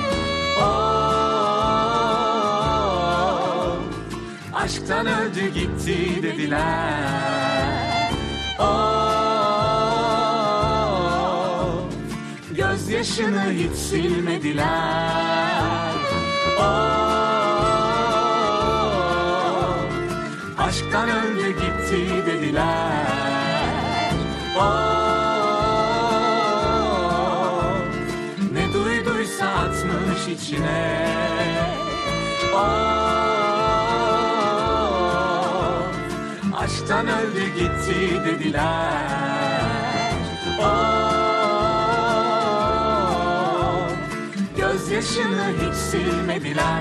Aşktan öldü gitti dediler. Gözyaşını hiç silmediler. Aşktan öldü gitti dediler. Ne duyduysa atmış içine. Aşktan öldü gitti dediler. Gözyaşını hiç silmediler.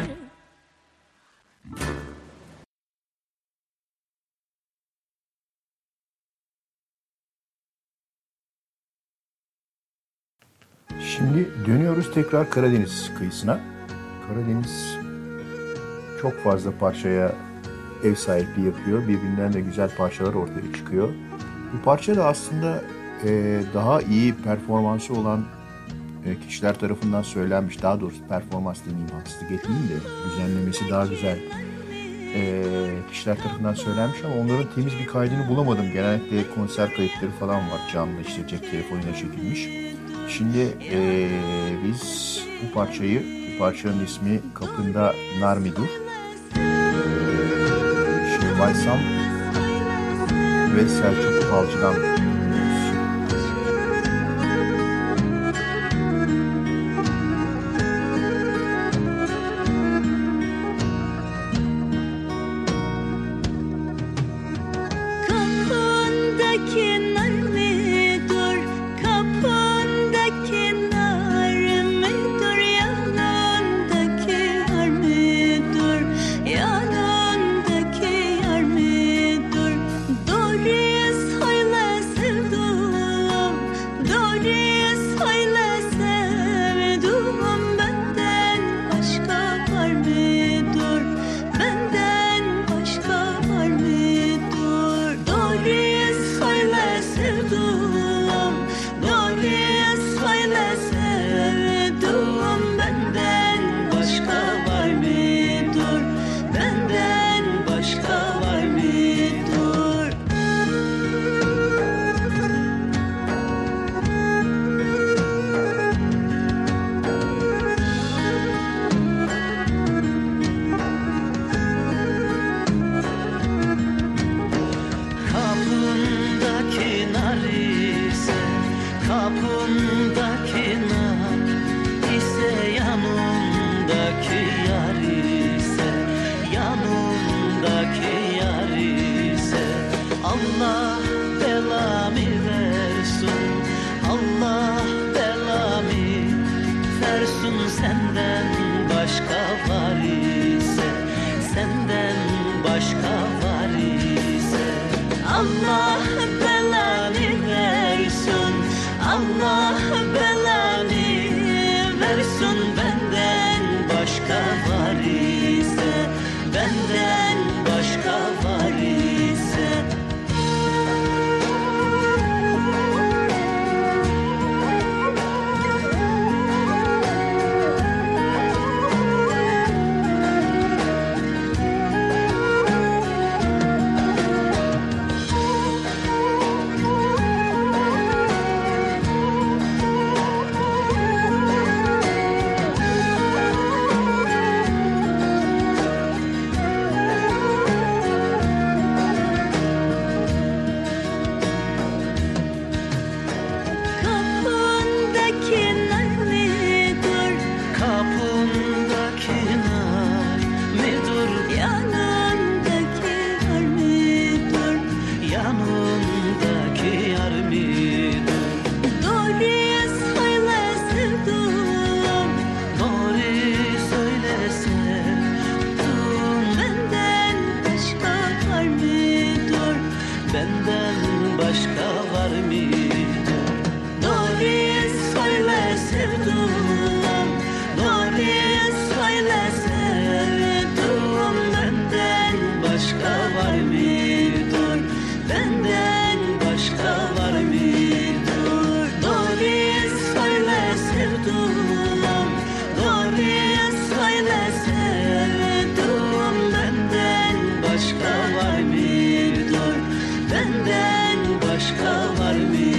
Şimdi dönüyoruz tekrar Karadeniz kıyısına. Karadeniz çok fazla parçaya ev sahipliği yapıyor. Birbirinden de güzel parçalar ortaya çıkıyor. Bu parça da aslında daha iyi performansı olan kişiler tarafından söylenmiş. Daha doğrusu performans demeyeyim, haksızlık etmeyeyim de düzenlemesi daha güzel kişiler tarafından söylenmiş ama onların temiz bir kaydını bulamadım. Genellikle konser kayıtları falan var. Canlı işte cep telefonuyla çekilmiş. Şimdi biz bu parçanın ismi Kapında Nar mı Dur? Şevval Sam ve Selçuk Balcı'dan. Kapındaki nar mı dur, kapındaki nar mı dur, yanındaki yar mı dur, yanındaki yar mı dur. Doğruyu söyle sevduğum, doğruyu söyle sevduğum, benden başka var mı dur, benden başka var mı dur. Doğruyu söyle sevduğum, doğruyu söyle sevduğum, benden başka var mı dur, benden başka var mı dur. Kapındaki nar ise, kapındaki nar ise, yanındaki yar ise, yanındaki yar ise, Allah belamı versin, Allah belamı versin. Senden başka var ise, senden başka var ise, Allah belanı versin, Allah belanı versin. Benden başka var ise, benden başka var ise. var mıdır? Doğruyu söyle sevduğum, doğruyu söyle sevduğum. Benden başka var mıdır? Benden başka var mıdır? Doğruyu söyle sevduğum, doğruyu söyle sevduğum. Benden başka var mıdır? Benden başka var mıdır?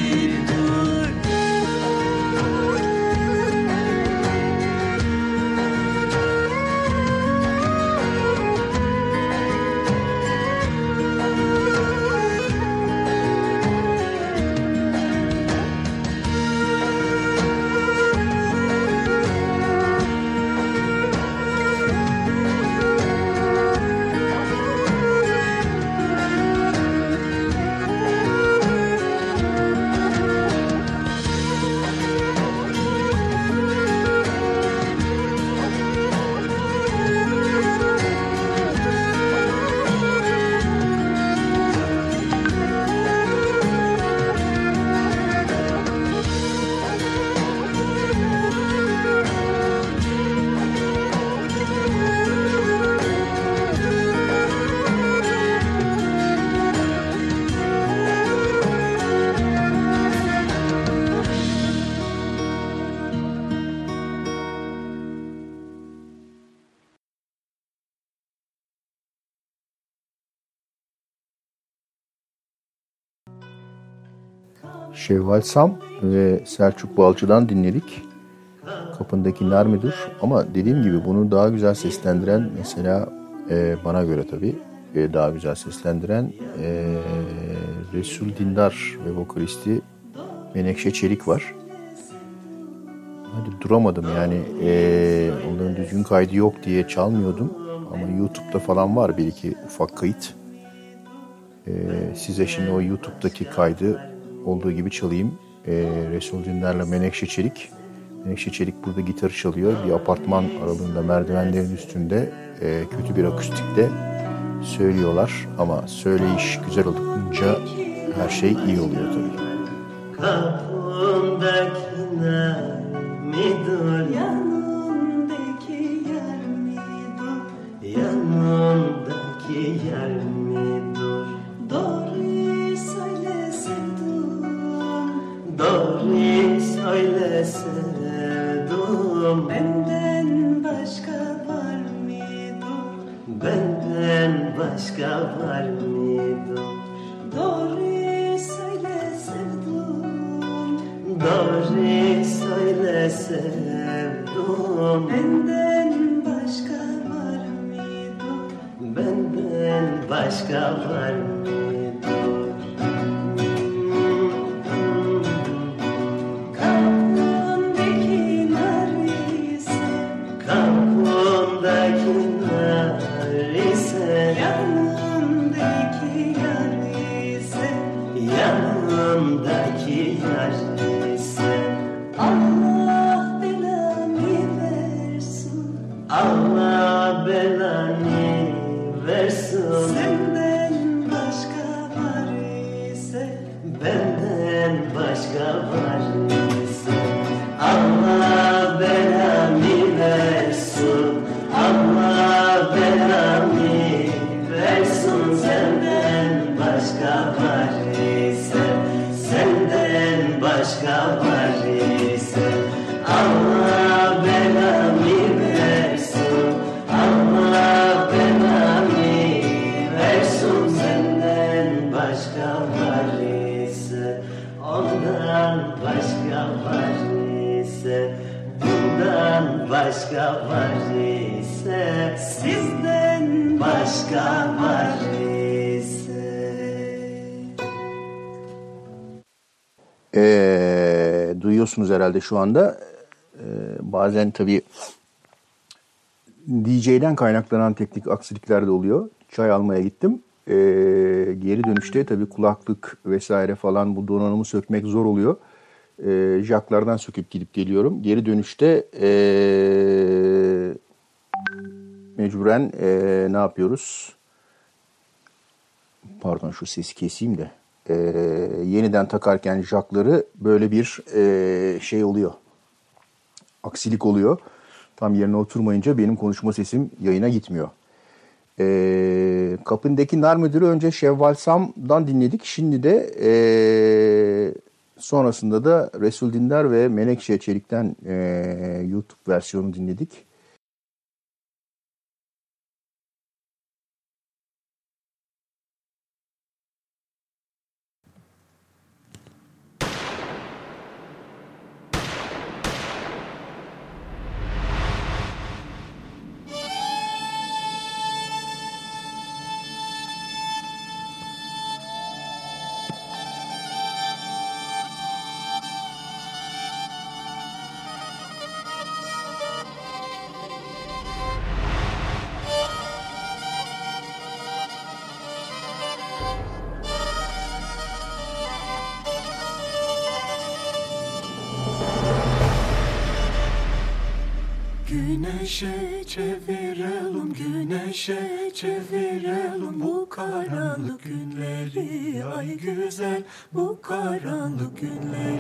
Şevval Sam ve Selçuk Balcı'dan dinledik. Kapındaki nar müdür? Ama dediğim gibi bunu daha güzel seslendiren mesela bana göre tabii daha güzel seslendiren Resul Dindar ve vokalisti Menekşe Çelik var. Hadi duramadım yani onların düzgün kaydı yok diye çalmıyordum. Ama YouTube'da falan var bir iki ufak kayıt. Size şimdi o YouTube'daki kaydı olduğu gibi çalayım. Resul Dindar'la Menekşe Çelik. Menekşe Çelik burada gitar çalıyor. Bir apartman aralığında merdivenlerin üstünde kötü bir akustikle söylüyorlar. Ama söyleyiş güzel olunca her şey iyi oluyor tabii. Kapındaki nar midir? Yanındaki yer midir? Yanındaki yer midir? Doğruyu söyle sevduğum, doğruyu söyle sevduğum. Benden başka var mıdır? Benden başka var mıdır? Doğruyu söyle sevduğum, doğruyu söyle sevduğum. Benden başka var mıdır? Benden başka var mıdır? Kapındaki nar ise, kapındaki nar ise, yanındaki yar ise, yanındaki yar ise. Allah belanı versin, Allah belanı versin. Senden başka var ise, benden başka var ise. Allah belanı versin, Allah belanı versin. Senden başka var ise, senden başka var ise. Allah belanı versin, Allah belanı versin. Senden başka var ise, ondan başka var ise, bundan başka var ise, sizden başka var ise. Duyuyorsunuz herhalde şu anda. Bazen tabii DJ'den kaynaklanan teknik aksilikler de oluyor. Çay almaya gittim. Geri dönüşte tabii kulaklık vesaire falan bu donanımı sökmek zor oluyor. Jacklardan söküp gidip geliyorum. Geri dönüşte mecburen ne yapıyoruz? Pardon şu sesi keseyim de. yeniden takarken jackları böyle bir şey oluyor. Aksilik oluyor. Tam yerine oturmayınca benim konuşma sesim yayına gitmiyor. Kapındaki Nar Müdürü önce Şevval Sam'dan dinledik. Şimdi de sonrasında da Resul Dindar ve Menekşe Çelik'ten YouTube versiyonu dinledik. Güneşe çevirelim, güneşe çevirelim bu karanlık günleri. Ay güzel bu karanlık günleri.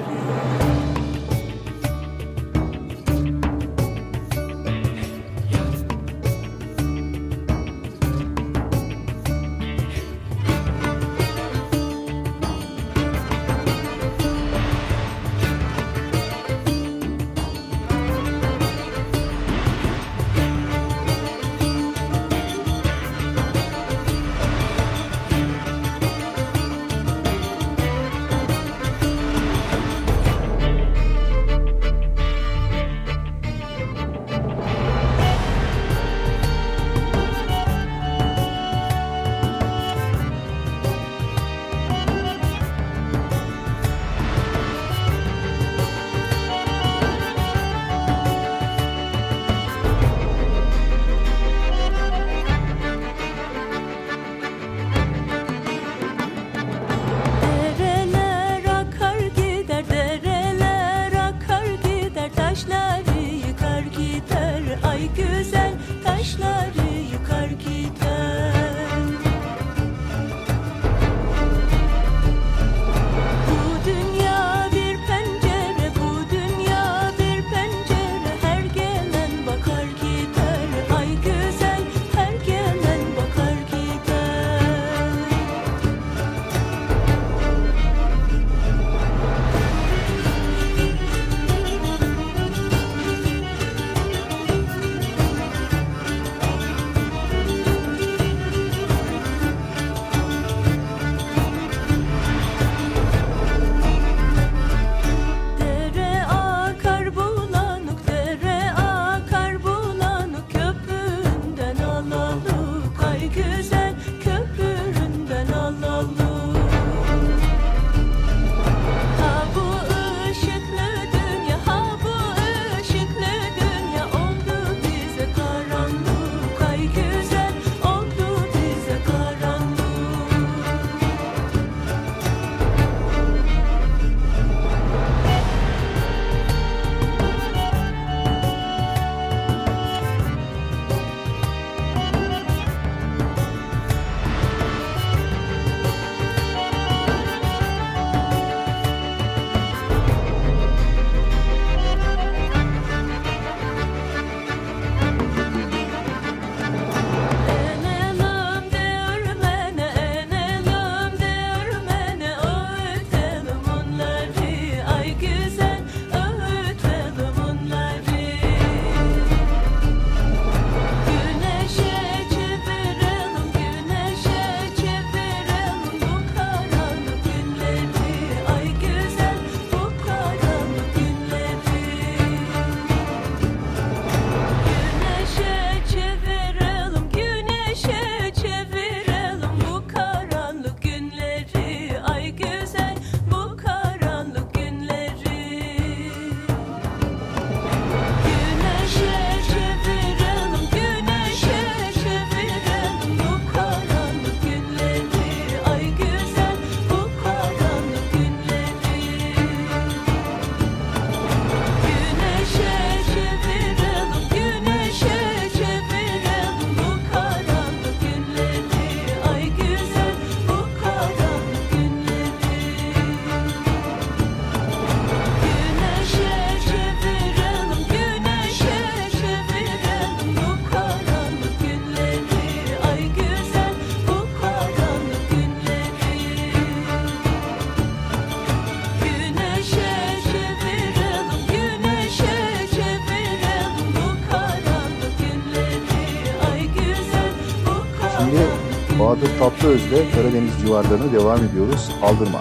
Bahadır Tatlıöz'le Karadeniz civarlarına devam ediyoruz. Aldırma.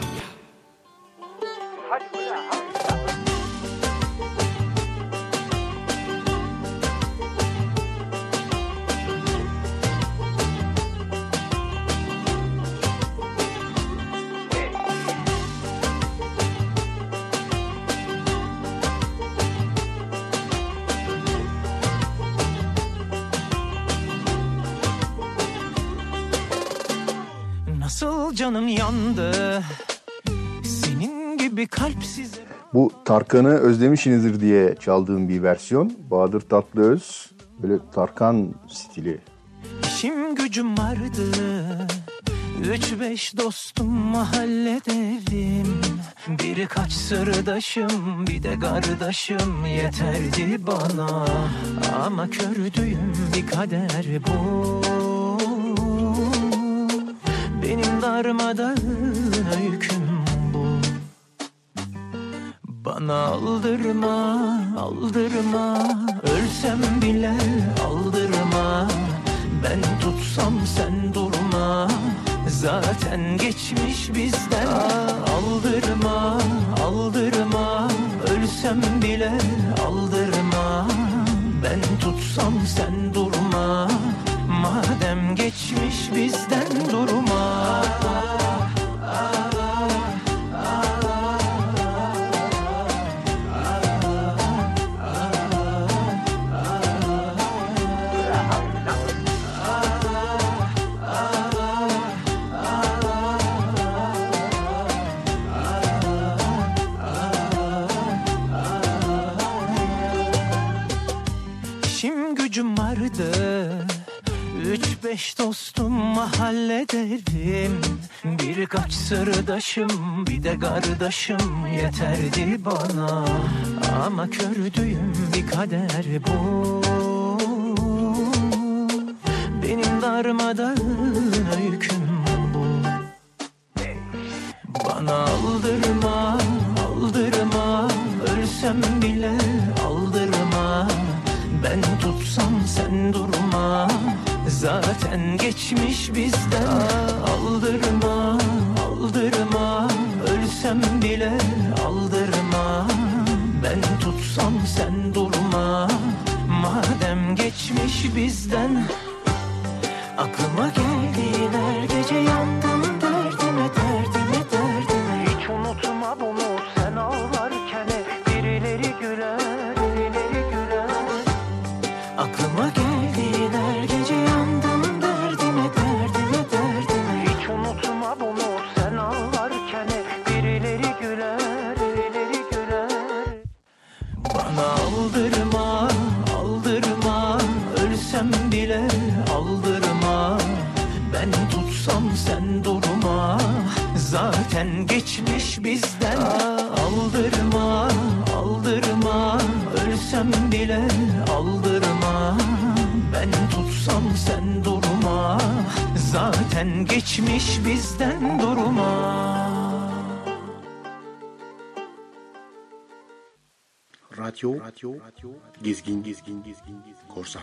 Nasıl canım yandı senin gibi kalpsiz. Bu Tarkan'ı özlemişsinizdir diye çaldığım bir versiyon. Bahadır Tatlıöz böyle Tarkan stili. İşim gücüm vardı 3-5 dostum mahalledeydim. Birkaç sırdaşım bir de kardeşim yeterdi bana. Ama kördüğüm bir kader bu. Benim darmadağın öyküm bu. Bana aldırma, aldırma. Ölsem bile aldırma. Ben tutsam sen durma. Zaten geçmiş bizden. Aldırma, aldırma. Ölsem bile aldırma. Ben tutsam sen durma. Madem geçmiş bizden durma. İşim gücüm vardı 3-5 dostum mahalledeydim. Birkaç sırdaşım bir de kardeşim yeterdi bana. Ama kördüğüm bir kader bu. Benim darmadağın öyküm bu. Bana aldırma, aldırma. Ölsem bile aldırma. Ben tutsam sen durma. Zaten geçmiş bizden. Aldırma, aldırma. Ölsem bile aldırma. Ben tutsam sen durma. Madem geçmiş bizden. Aklıma geldin her gece yandım derdime, derdime, derdime. Hiç unutma bunu sen ağlarken birileri güler, birileri güler. Aklıma geldin her gece yandım derdime, derdime, derdime. Hiç unutma bunu sen ağlarken birileri güler, birileri güler. Bana aldırma, aldırma. Ölsem bile aldırma. Ben tutsam sen durma. Zaten geçmiş bizden. Aldırma, aldırma. Ölsem bile aldırma. Ben tutsam sen durma. Zaten geçmiş bizden durma. Radyo, gezgin, korsan.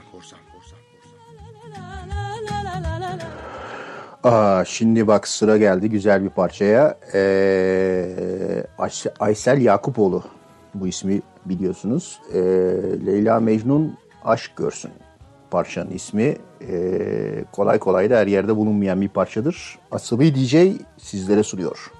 Şimdi bak sıra geldi güzel bir parçaya. Aysel Yakupoğlu bu ismi biliyorsunuz. Leyla Mecnun Aşk Görsün parçanın ismi. Kolay kolay da her yerde bulunmayan bir parçadır. Asabi DJ sizlere sunuyor.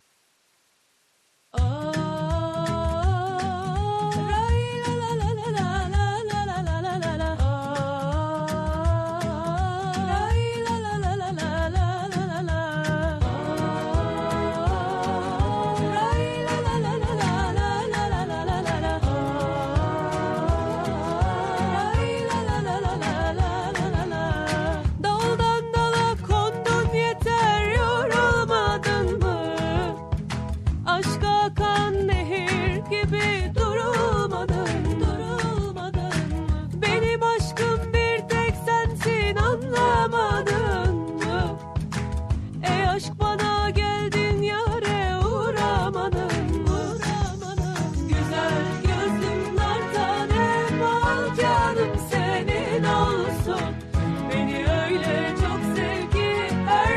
Daldan dala kondun yeter yorulmadın mı? Aşka akan nehir gibi durulmadın, durulmadın mı? Benim aşkım bir tek sensin anlamadın mı? Ey aşk bana geldin yâre uğramadın mı? Güzel gözlüm nar tanem al canım senin olsun. Beni öyle çok sev ki her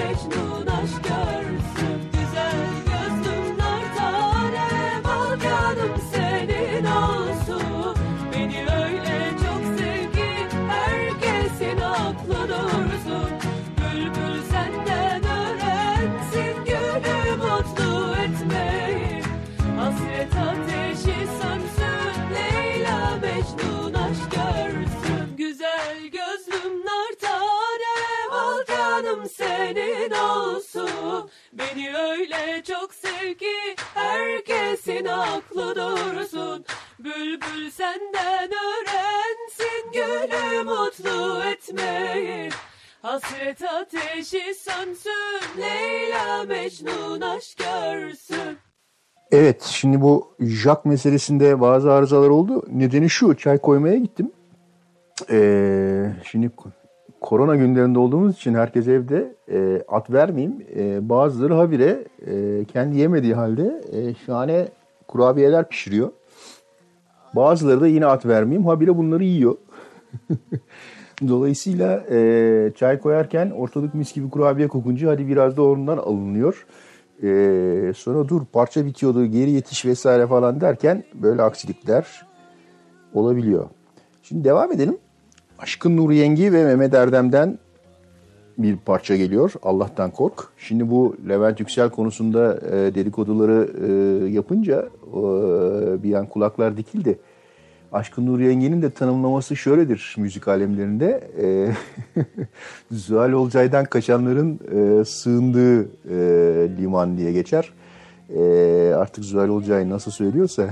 Mecnun aşk görsün. Güzel gözlüm nar tanem, al canım senin olsun. Beni öyle çok sev ki herkesin aklı dursun. Bülbül senden öğrensin gönlü mutlu etmeyi. Hasret ateşi sönsün, Leyla Mecnun aşk görsün. Güzel gözlüm nar tanem, al canım senin olsun. Beni öyle çok sev ki herkesin aklı dursun. Bülbül senden öğrensin gönlü mutlu etmeyi. Hasret ateşi sönsün, Leyla Mecnun aşk görsün. Evet, şimdi bu Jack meselesinde bazı arızalar oldu. Nedeni şu, çay koymaya gittim. Şimdi korona günlerinde olduğumuz için herkes evde, at vermeyeyim. Bazıları habire kendi yemediği halde şahane kurabiyeler pişiriyor. Bazıları da yine at vermeyeyim, habire bunları yiyor. Dolayısıyla çay koyarken ortalık mis gibi kurabiye kokunca hadi biraz da ondan alınıyor. Sonra dur parça bitiyordu, geri yetiş vesaire falan derken böyle aksilikler olabiliyor. Şimdi devam edelim. Aşkın Nur Yengi ve Mehmet Erdem'den bir parça geliyor. Allah'tan kork. Şimdi bu Levent Yüksel konusunda dedikoduları yapınca bir an kulaklar dikildi. Aşkın Nur Yengi'nin de tanımlaması şöyledir müzik alemlerinde. Zuhal Olcay'dan kaçanların sığındığı liman diye geçer. Artık Zuhal Olcay nasıl söylüyorsa.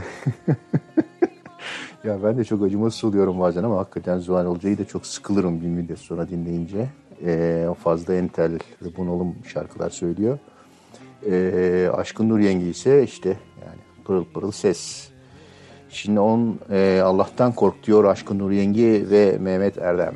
Ya ben de çok acımasız oluyorum bazen ama hakikaten Zuhal Olcay'ı da çok sıkılırım bir müddet sonra dinleyince. Fazla entel ve bunalım şarkılar söylüyor. Aşkın Nur Yengi ise işte yani pırıl pırıl ses. Şimdi Allah'tan kork diyor Aşkın Nur Yengi ve Mehmet Erdem.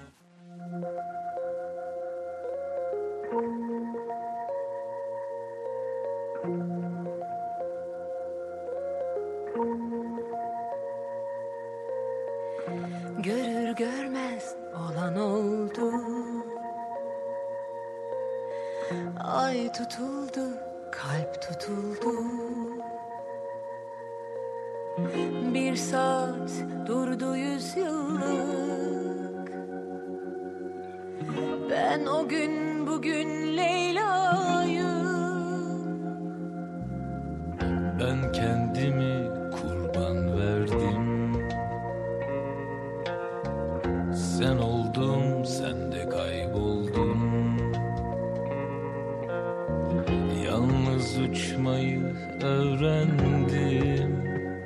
Görür görmez olan oldu. Ay tutuldu, kalp tutuldu. Bir saat durdu 100 yıllık. Ben o gün bugün Leyla'yım. Ben kendimi kurban verdim. Sen oldun, sen de kayboldun. Yalnız uçmayı öğrendim.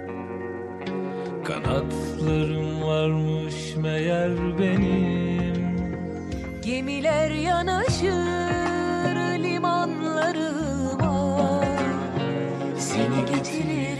Kanatlarım varmış meğer benim. Gemiler yanaşır limanlarıma. Seni getirir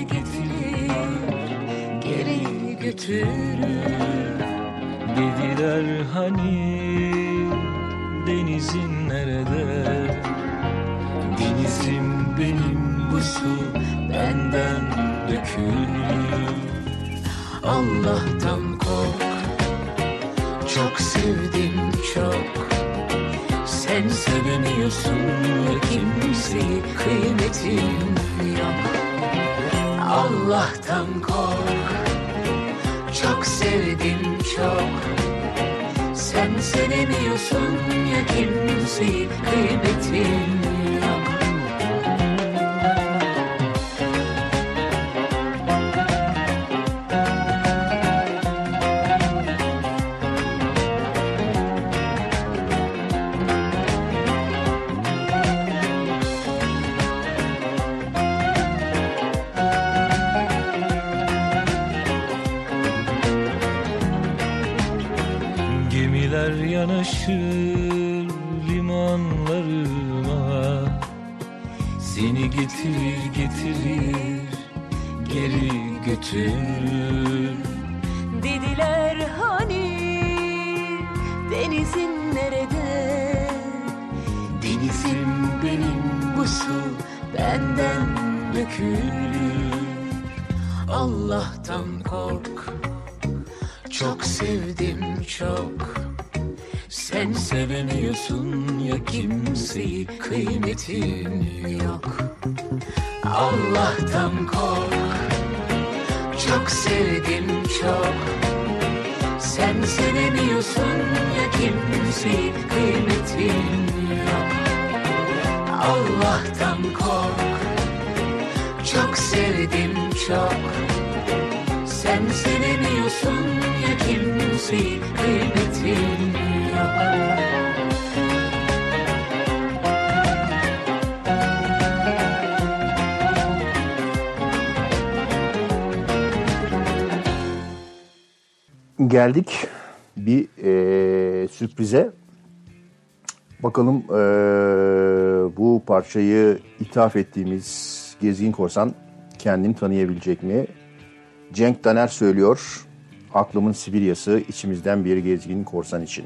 geri götürür. Dediler hani denizin nerede? Denizim benim, bu su benden dökülür. Allah'tan kork, çok sevdim çok. Sen sevemiyorsun ya kimseyi, kıymetin yok. Allah'tan kork, çok sevdim çok. Sen sevemiyorsun ya kimseyi, kıymetin yok. Yanaşır limanlarıma. Seni getirir geri götürür. Dediler hani denizin nerede? Denizim benim, bu su benden dökülür. Allah'tan kork, çok sevdim çok. Sen sevemiyorsun ya kimseyi, kıymetin yok. Allah'tan kork, çok sevdim çok. Sen sevemiyorsun ya kimseyi, kıymetin yok. Allah'tan kork, çok sevdim çok. Sen sevemiyorsun ya kimseyi, kıymetin yok. Geldik bir sürprize. Bakalım bu parçayı ithaf ettiğimiz Gezgin Korsan kendini tanıyabilecek mi? Cenk Daner söylüyor. Aklımın Sibiryası, içimizden bir gezgin korsan için.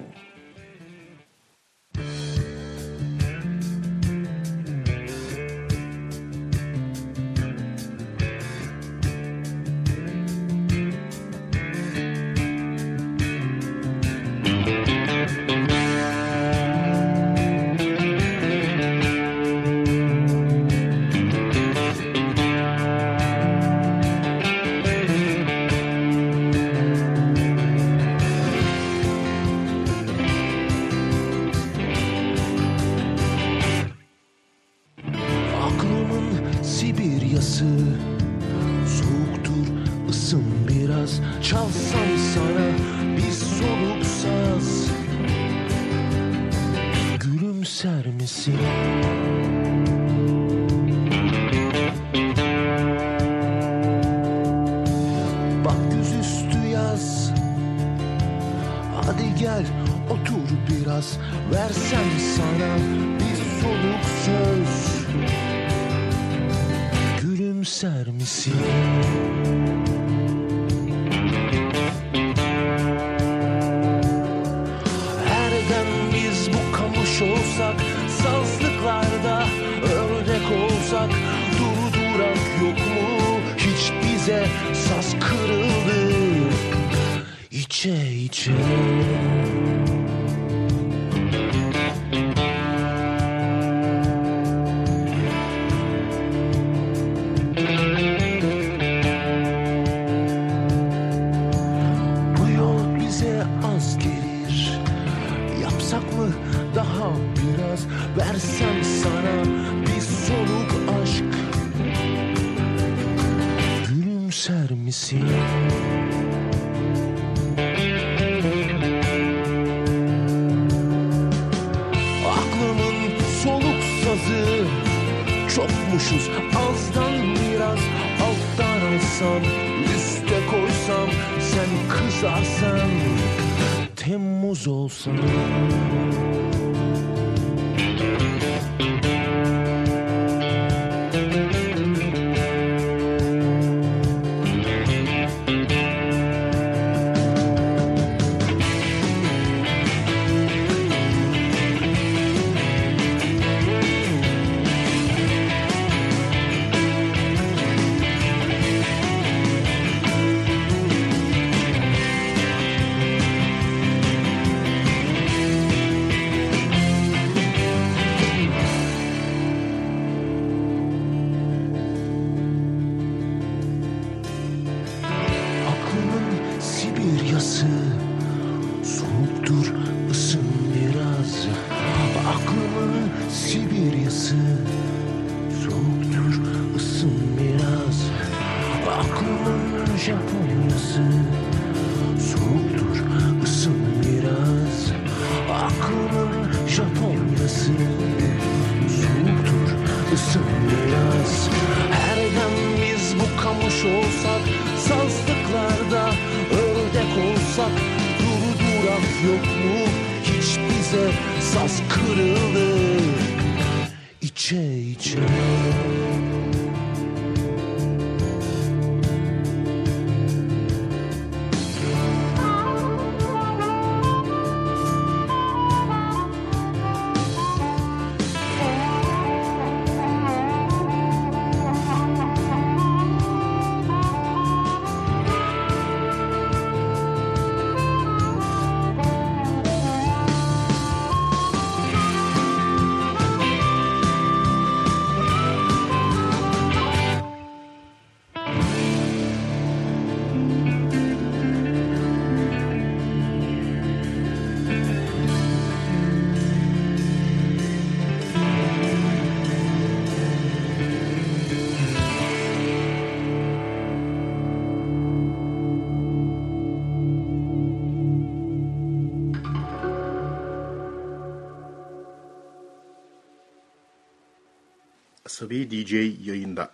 Asabi DJ yayında.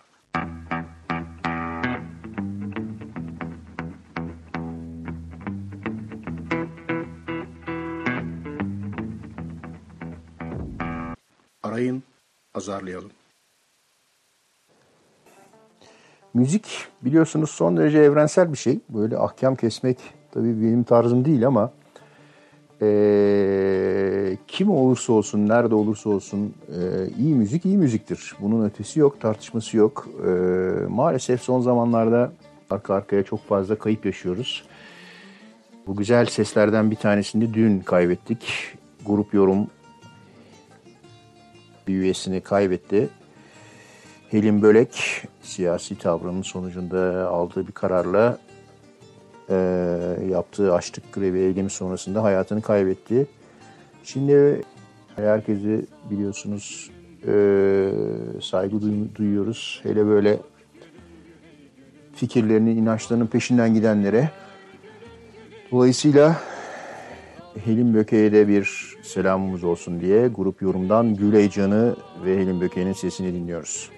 Arayın, azarlayalım. Müzik biliyorsunuz son derece evrensel bir şey. Böyle ahkam kesmek tabii benim tarzım değil ama kim olursa olsun, nerede olursa olsun iyi müzik iyi müziktir. Bunun ötesi yok, tartışması yok. Maalesef son zamanlarda arka arkaya çok fazla kayıp yaşıyoruz. Bu güzel seslerden bir tanesini dün kaybettik. Grup Yorum bir üyesini kaybetti. Helin Bölek siyasi tavrının sonucunda aldığı bir kararla yaptığı açlık grevi eylemi sonrasında hayatını kaybetti. Şimdi herkesi biliyorsunuz saygı duyuyoruz. Hele böyle fikirlerinin, inançlarının peşinden gidenlere. Dolayısıyla Helin Böke'ye de bir selamımız olsun diye Grup Yorum'dan Güley Can'ı ve Helin Böke'nin sesini dinliyoruz.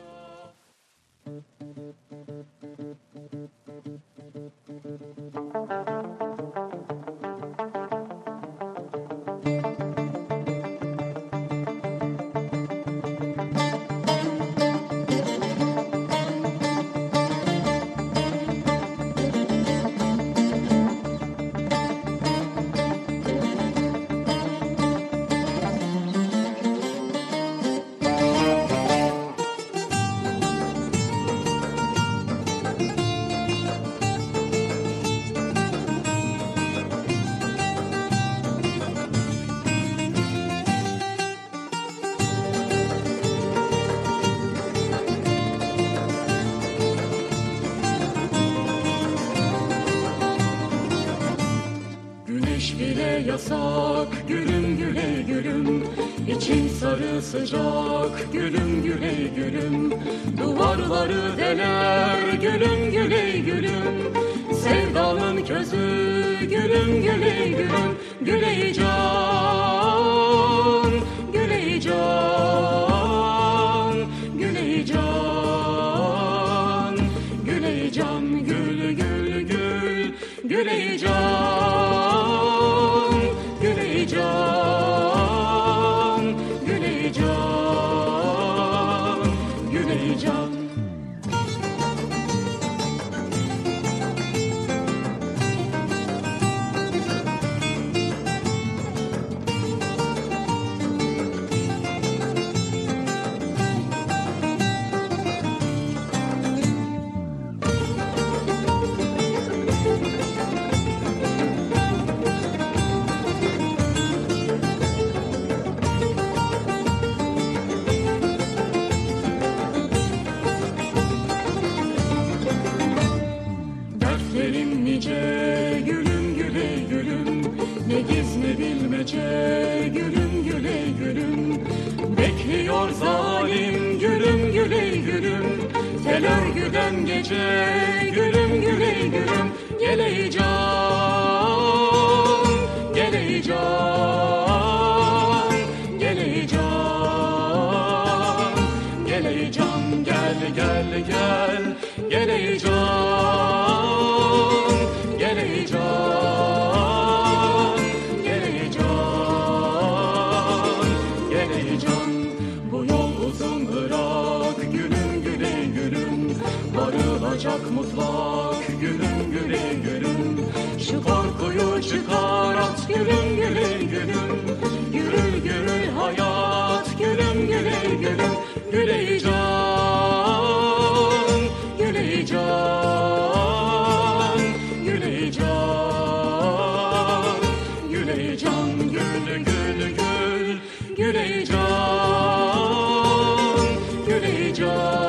Yasak gülüm güley gülüm, için sarı sıcak gülüm güley gülüm, duvarları deler gülüm güley gülüm, sevdanın közü gülüm güley gülüm, güley can, güley can, güley can, güley can, gül gül gül, güley can. Gülüm güley gülüm, bekliyor zalim gülüm güley gülüm, tel örgüden gece gülüm güley gülüm, geley can, geley can, geley can, geley can, gel gel gel, geley can, geley can. Varılacak mutlak gülüm güley gülüm, şu korkuyu çıkar at gülüm güley gülüm, gürül gürül hayat gülüm güley gülüm, güley can, güley can, güley can, güley can, gül gül gül, güley can, güley can.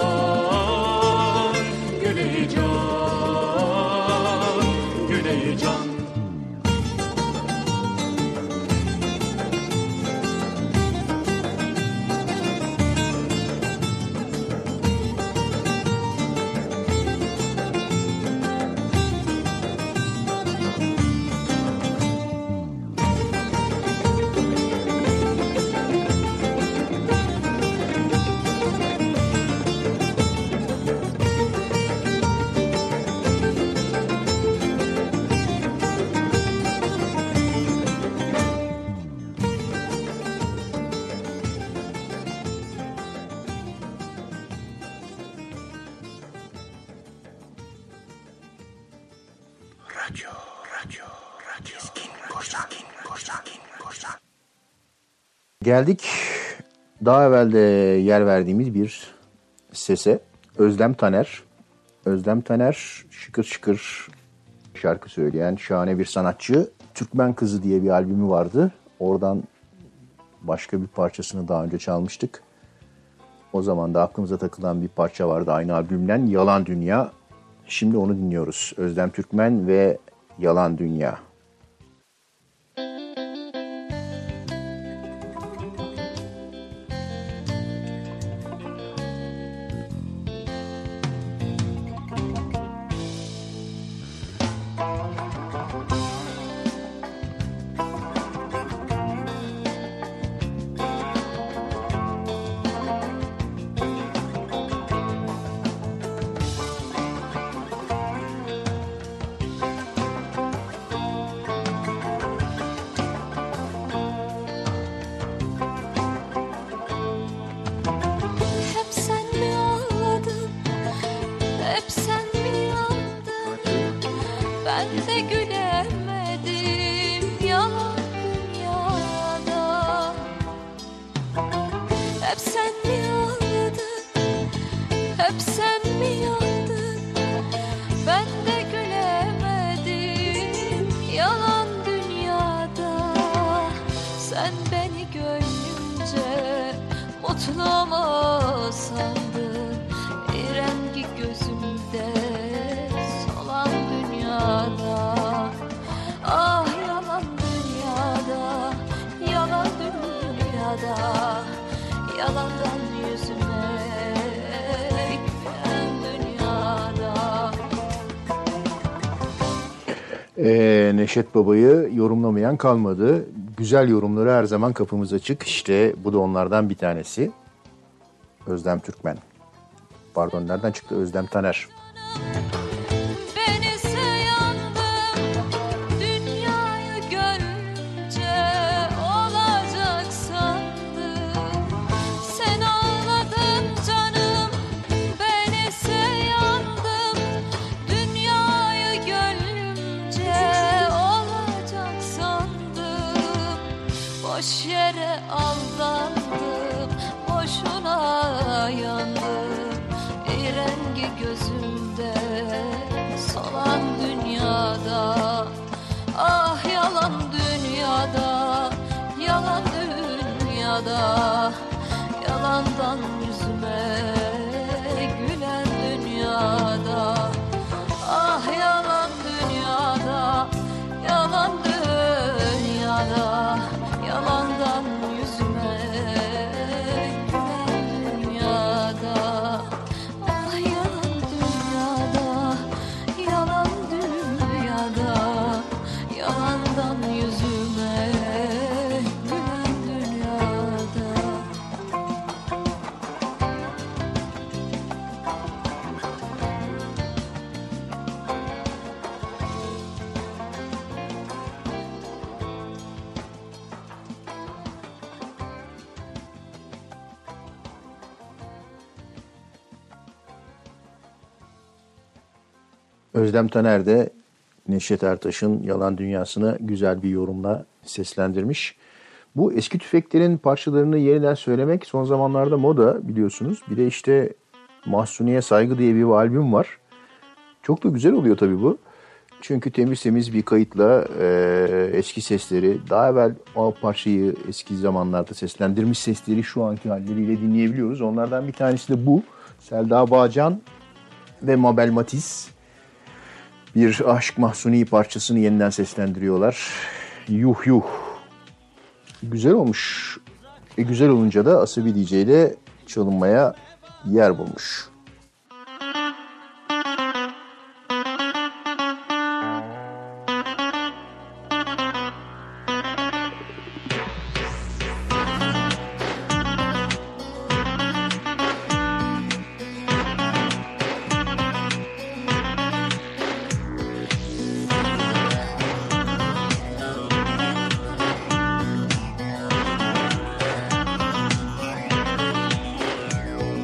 Geldik daha evvel de yer verdiğimiz bir sese. Özlem Taner. Özlem Taner şıkır şıkır şarkı söyleyen şahane bir sanatçı. Türkmen Kızı diye bir albümü vardı. Oradan başka bir parçasını daha önce çalmıştık. O zaman da aklımıza takılan bir parça vardı aynı albümden. Yalan Dünya. Şimdi onu dinliyoruz. Özlem Türkmen ve Yalan Dünya. Hep sen mi ağladın, hep sen mi yandın, ben de gülemedim yalan dünyada. Hep sen mi ağladın, hep sen mi yandın, ben de gülemedim yalan dünyada. Sen beni gönlümce mutlu mu sandın? Bir rengi gözümde solan dünyada. Ah yalan dünyada, yalan dünyada, yalandan yüzüme gülen dünyada. Neşet Baba'yı yorumlamayan kalmadı. Güzel yorumları her zaman kapımız açık. İşte bu da onlardan bir tanesi. Özlem Türkmen. Pardon, nereden çıktı? Özlem Taner. Beni yandım, dünyayı görünce olacak sandım. Sen ağladın canım, beni yandım, dünyayı görünce olacak sandım. Boş yere aldandım, boşuna yandım. Bir rengi gözümde solan dünyada. Ah yalan dünyada, yalan dünyada, yalandan yüzüme gülen dünyada. Ah yalan dünyada, yalan dünyada, yalandan yüzüme gülen dünyada. Ah yalan dünyada, yalan dünyada, yalandan yüzüme gülen dünyada. Özlem Taner de Neşet Ertaş'ın Yalan Dünyası'nı güzel bir yorumla seslendirmiş. Bu eski tüfeklerin parçalarını yeniden söylemek son zamanlarda moda, biliyorsunuz. Bir de işte Mahsuni'ye Saygı diye bir albüm var. Çok da güzel oluyor tabii bu. Çünkü temiz bir kayıtla eski sesleri, daha evvel o parçayı eski zamanlarda seslendirmiş sesleri şu anki halleriyle dinleyebiliyoruz. Onlardan bir tanesi de bu. Selda Bağcan ve Mabel Matiz bir Aşk Mahsuni parçasını yeniden seslendiriyorlar. Yuh yuh. Güzel olmuş. Güzel olunca da Asabi DJ ile çalınmaya yer bulmuş.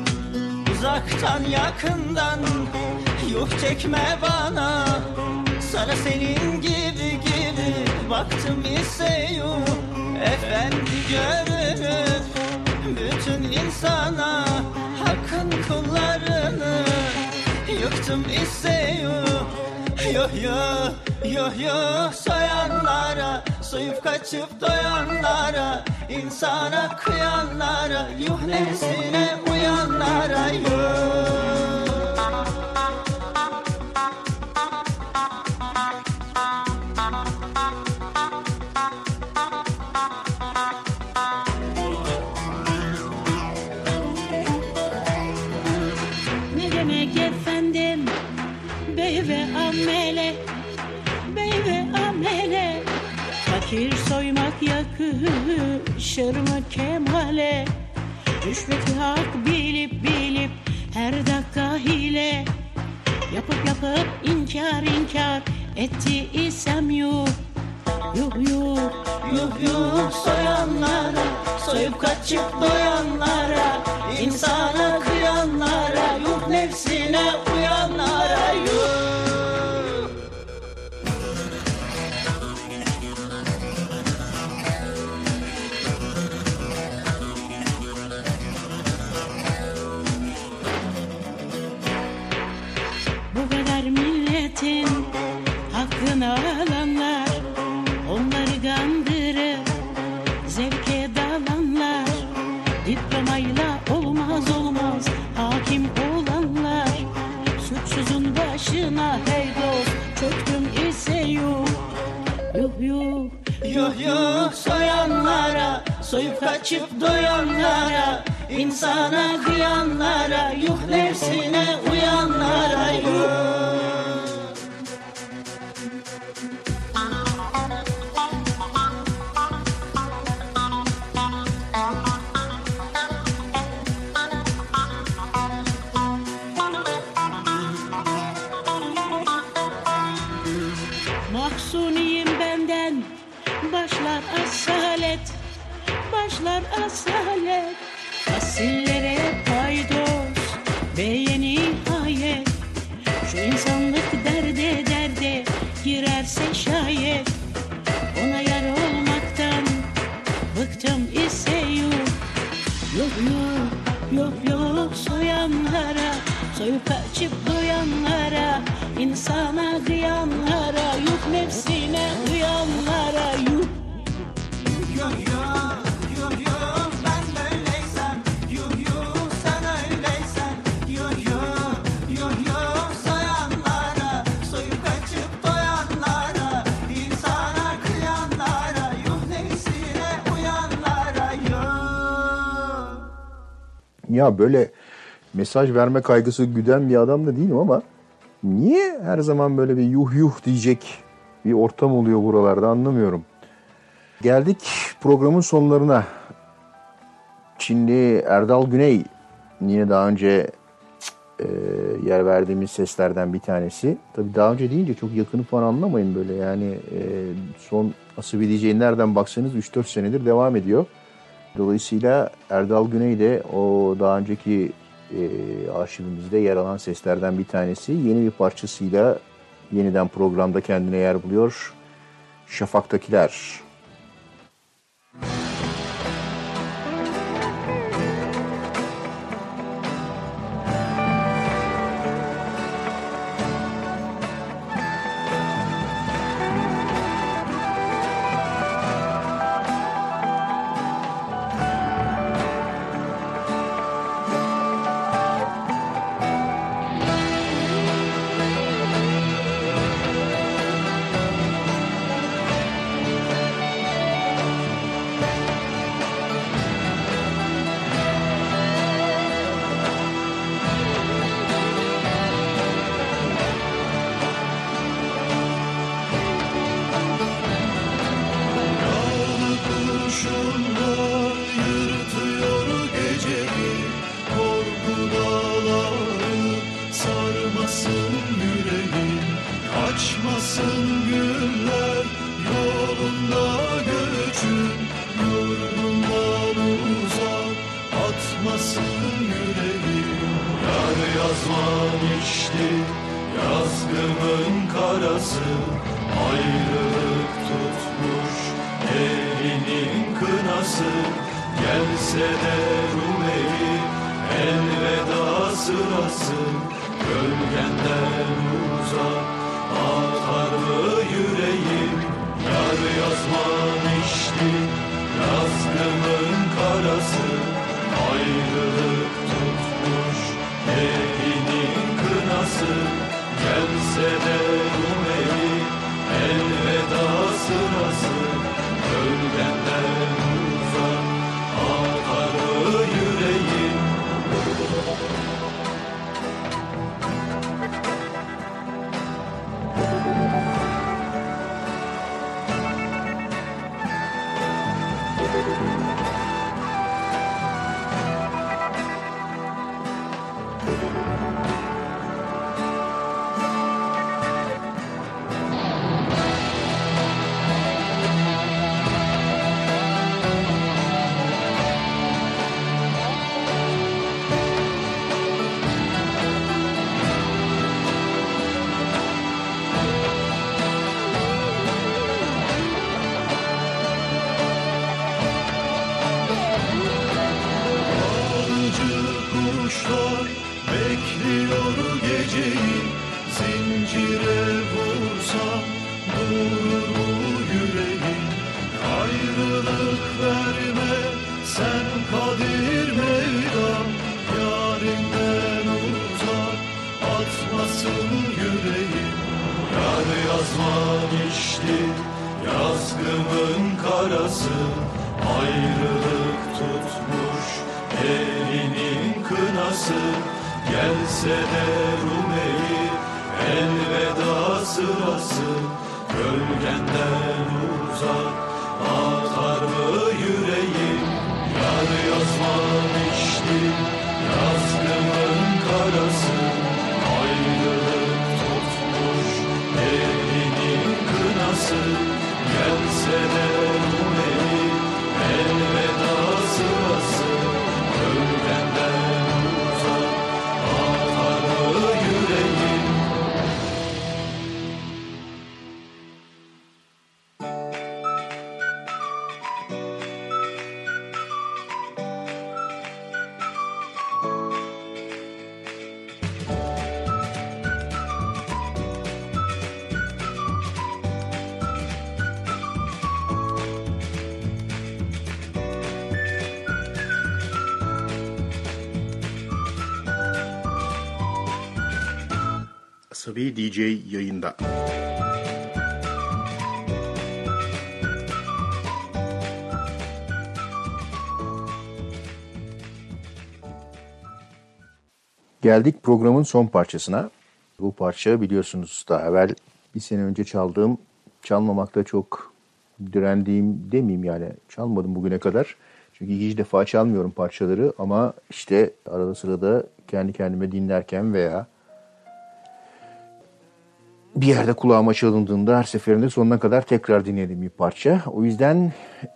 Uzaktan yakından yuh çekme bana, Sana senin gibi baktım ise yok. Efendi görünüp bütün insana hakkın kullarını yıktım ise yok. Yo soyanlara, soyup kaçıp doyanlara, insana kıyanlara, yuh nefsine uyanlara Ne demek efendim? Bey ve amele, bey ve amele, fakir soymak yakışır mı kemale? Rüşveti hak bilip her dakika hile, yapıp inkar etti isem yuh. Yuh soyanlara, soyup kaçıp doyanlara, insana kıyanlara, yuh nefsine uyanlara yuh. Bu kadar milletin hakkını alanlar, onları kandırıp zevke dalanlar, diplomayla olmaz hakim olanlar, suçsuzun başına hey dost çöktüm ise yuh. Yuh soyanlara, soyup kaçıp doyanlara, insana kıyanlara, yuh nefsine uyanlara yuh. Mahzuniyim benden, başlar asalet, asillere paydos, beye nihayet. Şu insanlık derde girerse şayet, ona yar olmaktan bıktım ise yuh. Yuh soyanlara, soyup kaçıp doyanlara, insana kıyanlara, yuh nefsine uyanlara yuh. Yuh ben böyleysem, yuh sen öyleysen, yuh soyanlara, soyup kaçıp doyanlara, insana kıyanlara, yuh nefsine uyanlara yuh. Ya böyle mesaj verme kaygısı güden bir adam da değilim ama niye her zaman böyle bir yuh diyecek bir ortam oluyor buralarda anlamıyorum. Geldik programın sonlarına. Çinli Erdal Güney yine daha önce yer verdiğimiz seslerden bir tanesi. Tabii daha önce deyince çok yakını falan anlamayın böyle yani son Asibe DJ'in nereden baksanız 3-4 senedir devam ediyor. Dolayısıyla Erdal Güney de o daha önceki arşivimizde yer alan seslerden bir tanesi. Yeni bir parçasıyla yeniden programda kendine yer buluyor. Şafaktakiler. Yazgımın karası ayrılık tutmuş, elinin kınası gelse de Rumeli, elveda sırası gölgenden uzak atar mı yüreğim? Yar yazman içti yazgımın karası, ayrılık tutmuş elinin kınası gelse de Rumeli, elveda sırası gölgenden uzak atar mı yüreğim? Kuşlar bekliyor geceyi, zincire vursam durur mu yüreğim? Ayrılık verme sen kadir meydan, yarinden uzak atmasın yüreğim. Yar yazman içti yazgımın karası, ayrılık tutmuş elinin kınası gelse de Rumeli, elveda sırası gölgenden uzak atar mı yüreğim? Yar yazman içti yazgımın karası, ayrılık tutmuş elinin kınası gelse de Rumeli, elveda sırası gölgenden uzak atar mı yüreğim? Asabi DJ yayında. Geldik programın son parçasına. Bu parça biliyorsunuz daha evvel bir sene önce çaldığım, çalmamakta çok direndiğim demeyeyim yani. Çalmadım bugüne kadar. Çünkü hiç defa çalmıyorum parçaları ama işte arada sırada kendi kendime dinlerken veya bir yerde kulağıma çalındığında her seferinde sonuna kadar tekrar dinlediğim bir parça. O yüzden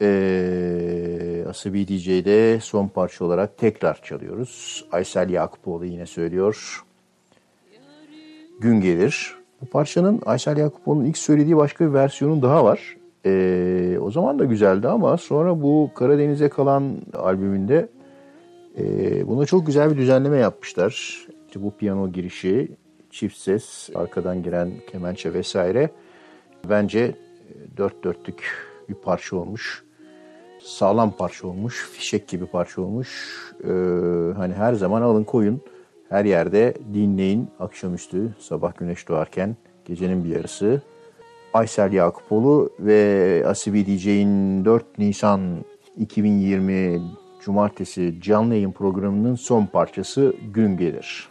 Asabi DJ'de son parça olarak tekrar çalıyoruz. Aysel Yakupoğlu yine söylüyor. Gün gelir. Bu parçanın Aysel Yakupoğlu'nun ilk söylediği başka bir versiyonu daha var. O zaman da güzeldi ama sonra bu Karadeniz'e kalan albümünde buna çok güzel bir düzenleme yapmışlar. İşte bu piyano girişi, çift ses, arkadan giren kemençe vesaire. Bence dört dörtlük bir parça olmuş. Sağlam parça olmuş, fişek gibi parça olmuş. Hani her zaman alın koyun, her yerde dinleyin. Akşamüstü, sabah güneş doğarken, gecenin bir yarısı. Aysel Yakupoğlu ve Asabi DJ'in 4 Nisan 2020 Cumartesi canlı yayın programının son parçası Gün Gelir.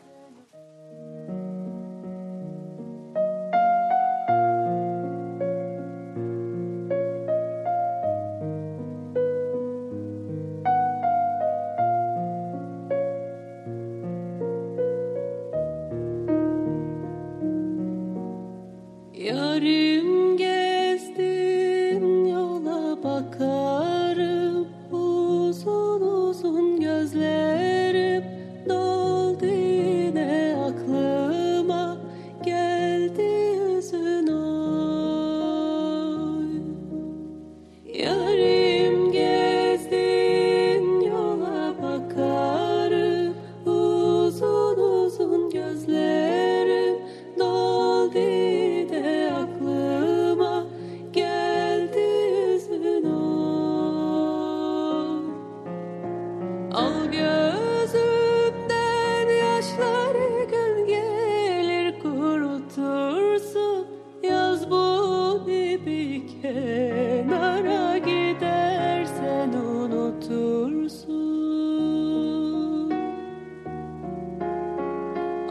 Yarım gezdin yola bakarım, uzun uzun gözlerim doldu yine aklıma. Gel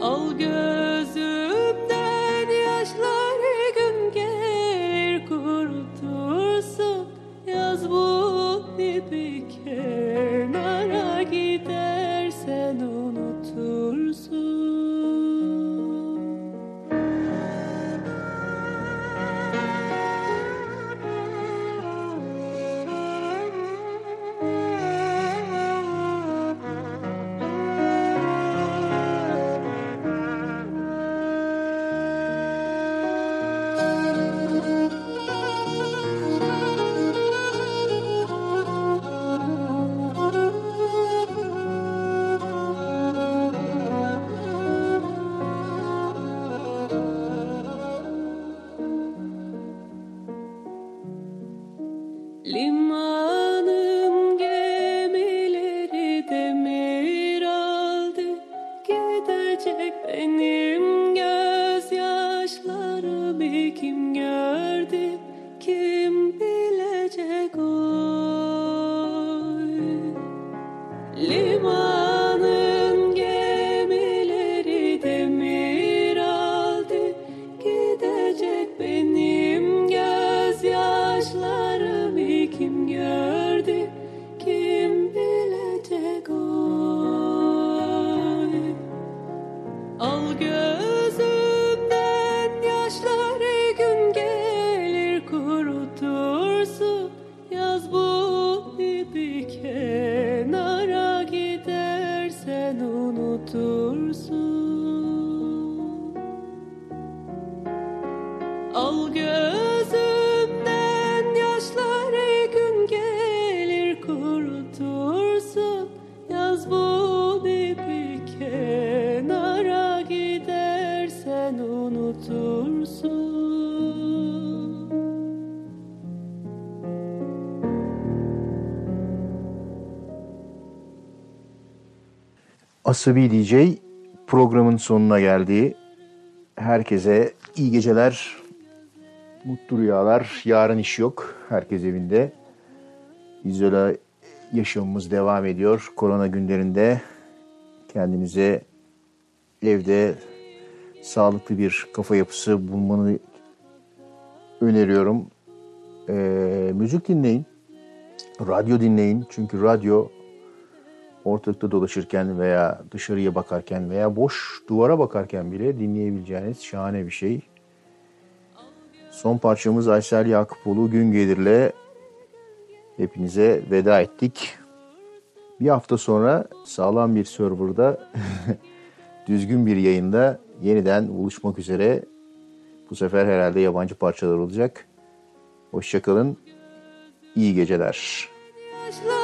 Al gözümden yaşları gün gelir kurutursun. Yaz bu bir kenara gidersen unutursun. Limanın gemileri demir aldı. Gidecek benim gözyaşlarımı kim gördü? Kim bilecek oy? Limanın gemileri demir aldı. Gidecek benim gözyaşlarımı kim gördü? Kim bilecek oy? Al gözümden yaşları gün gelir kurutursun. Yaz bu bir kenara gidersen unutursun. Al gözümden yaşları gün gelir kurutursun. Yaz bu bir kenara gidersen unutursun. Asabi DJ programın sonuna geldi. Herkese iyi geceler, mutlu rüyalar. Yarın iş yok. Herkes evinde. İzola yaşamımız devam ediyor. Korona günlerinde kendinize evde sağlıklı bir kafa yapısı bulmanı öneriyorum. Müzik dinleyin. Radyo dinleyin. Çünkü radyo ortalıkta dolaşırken veya dışarıya bakarken veya boş duvara bakarken bile dinleyebileceğiniz şahane bir şey. Son parçamız Aysel Yakupoğlu Gün Gelir'le hepinize veda ettik. Bir hafta sonra sağlam bir serverda düzgün bir yayında yeniden buluşmak üzere. Bu sefer herhalde yabancı parçalar olacak. Hoşça kalın. İyi geceler.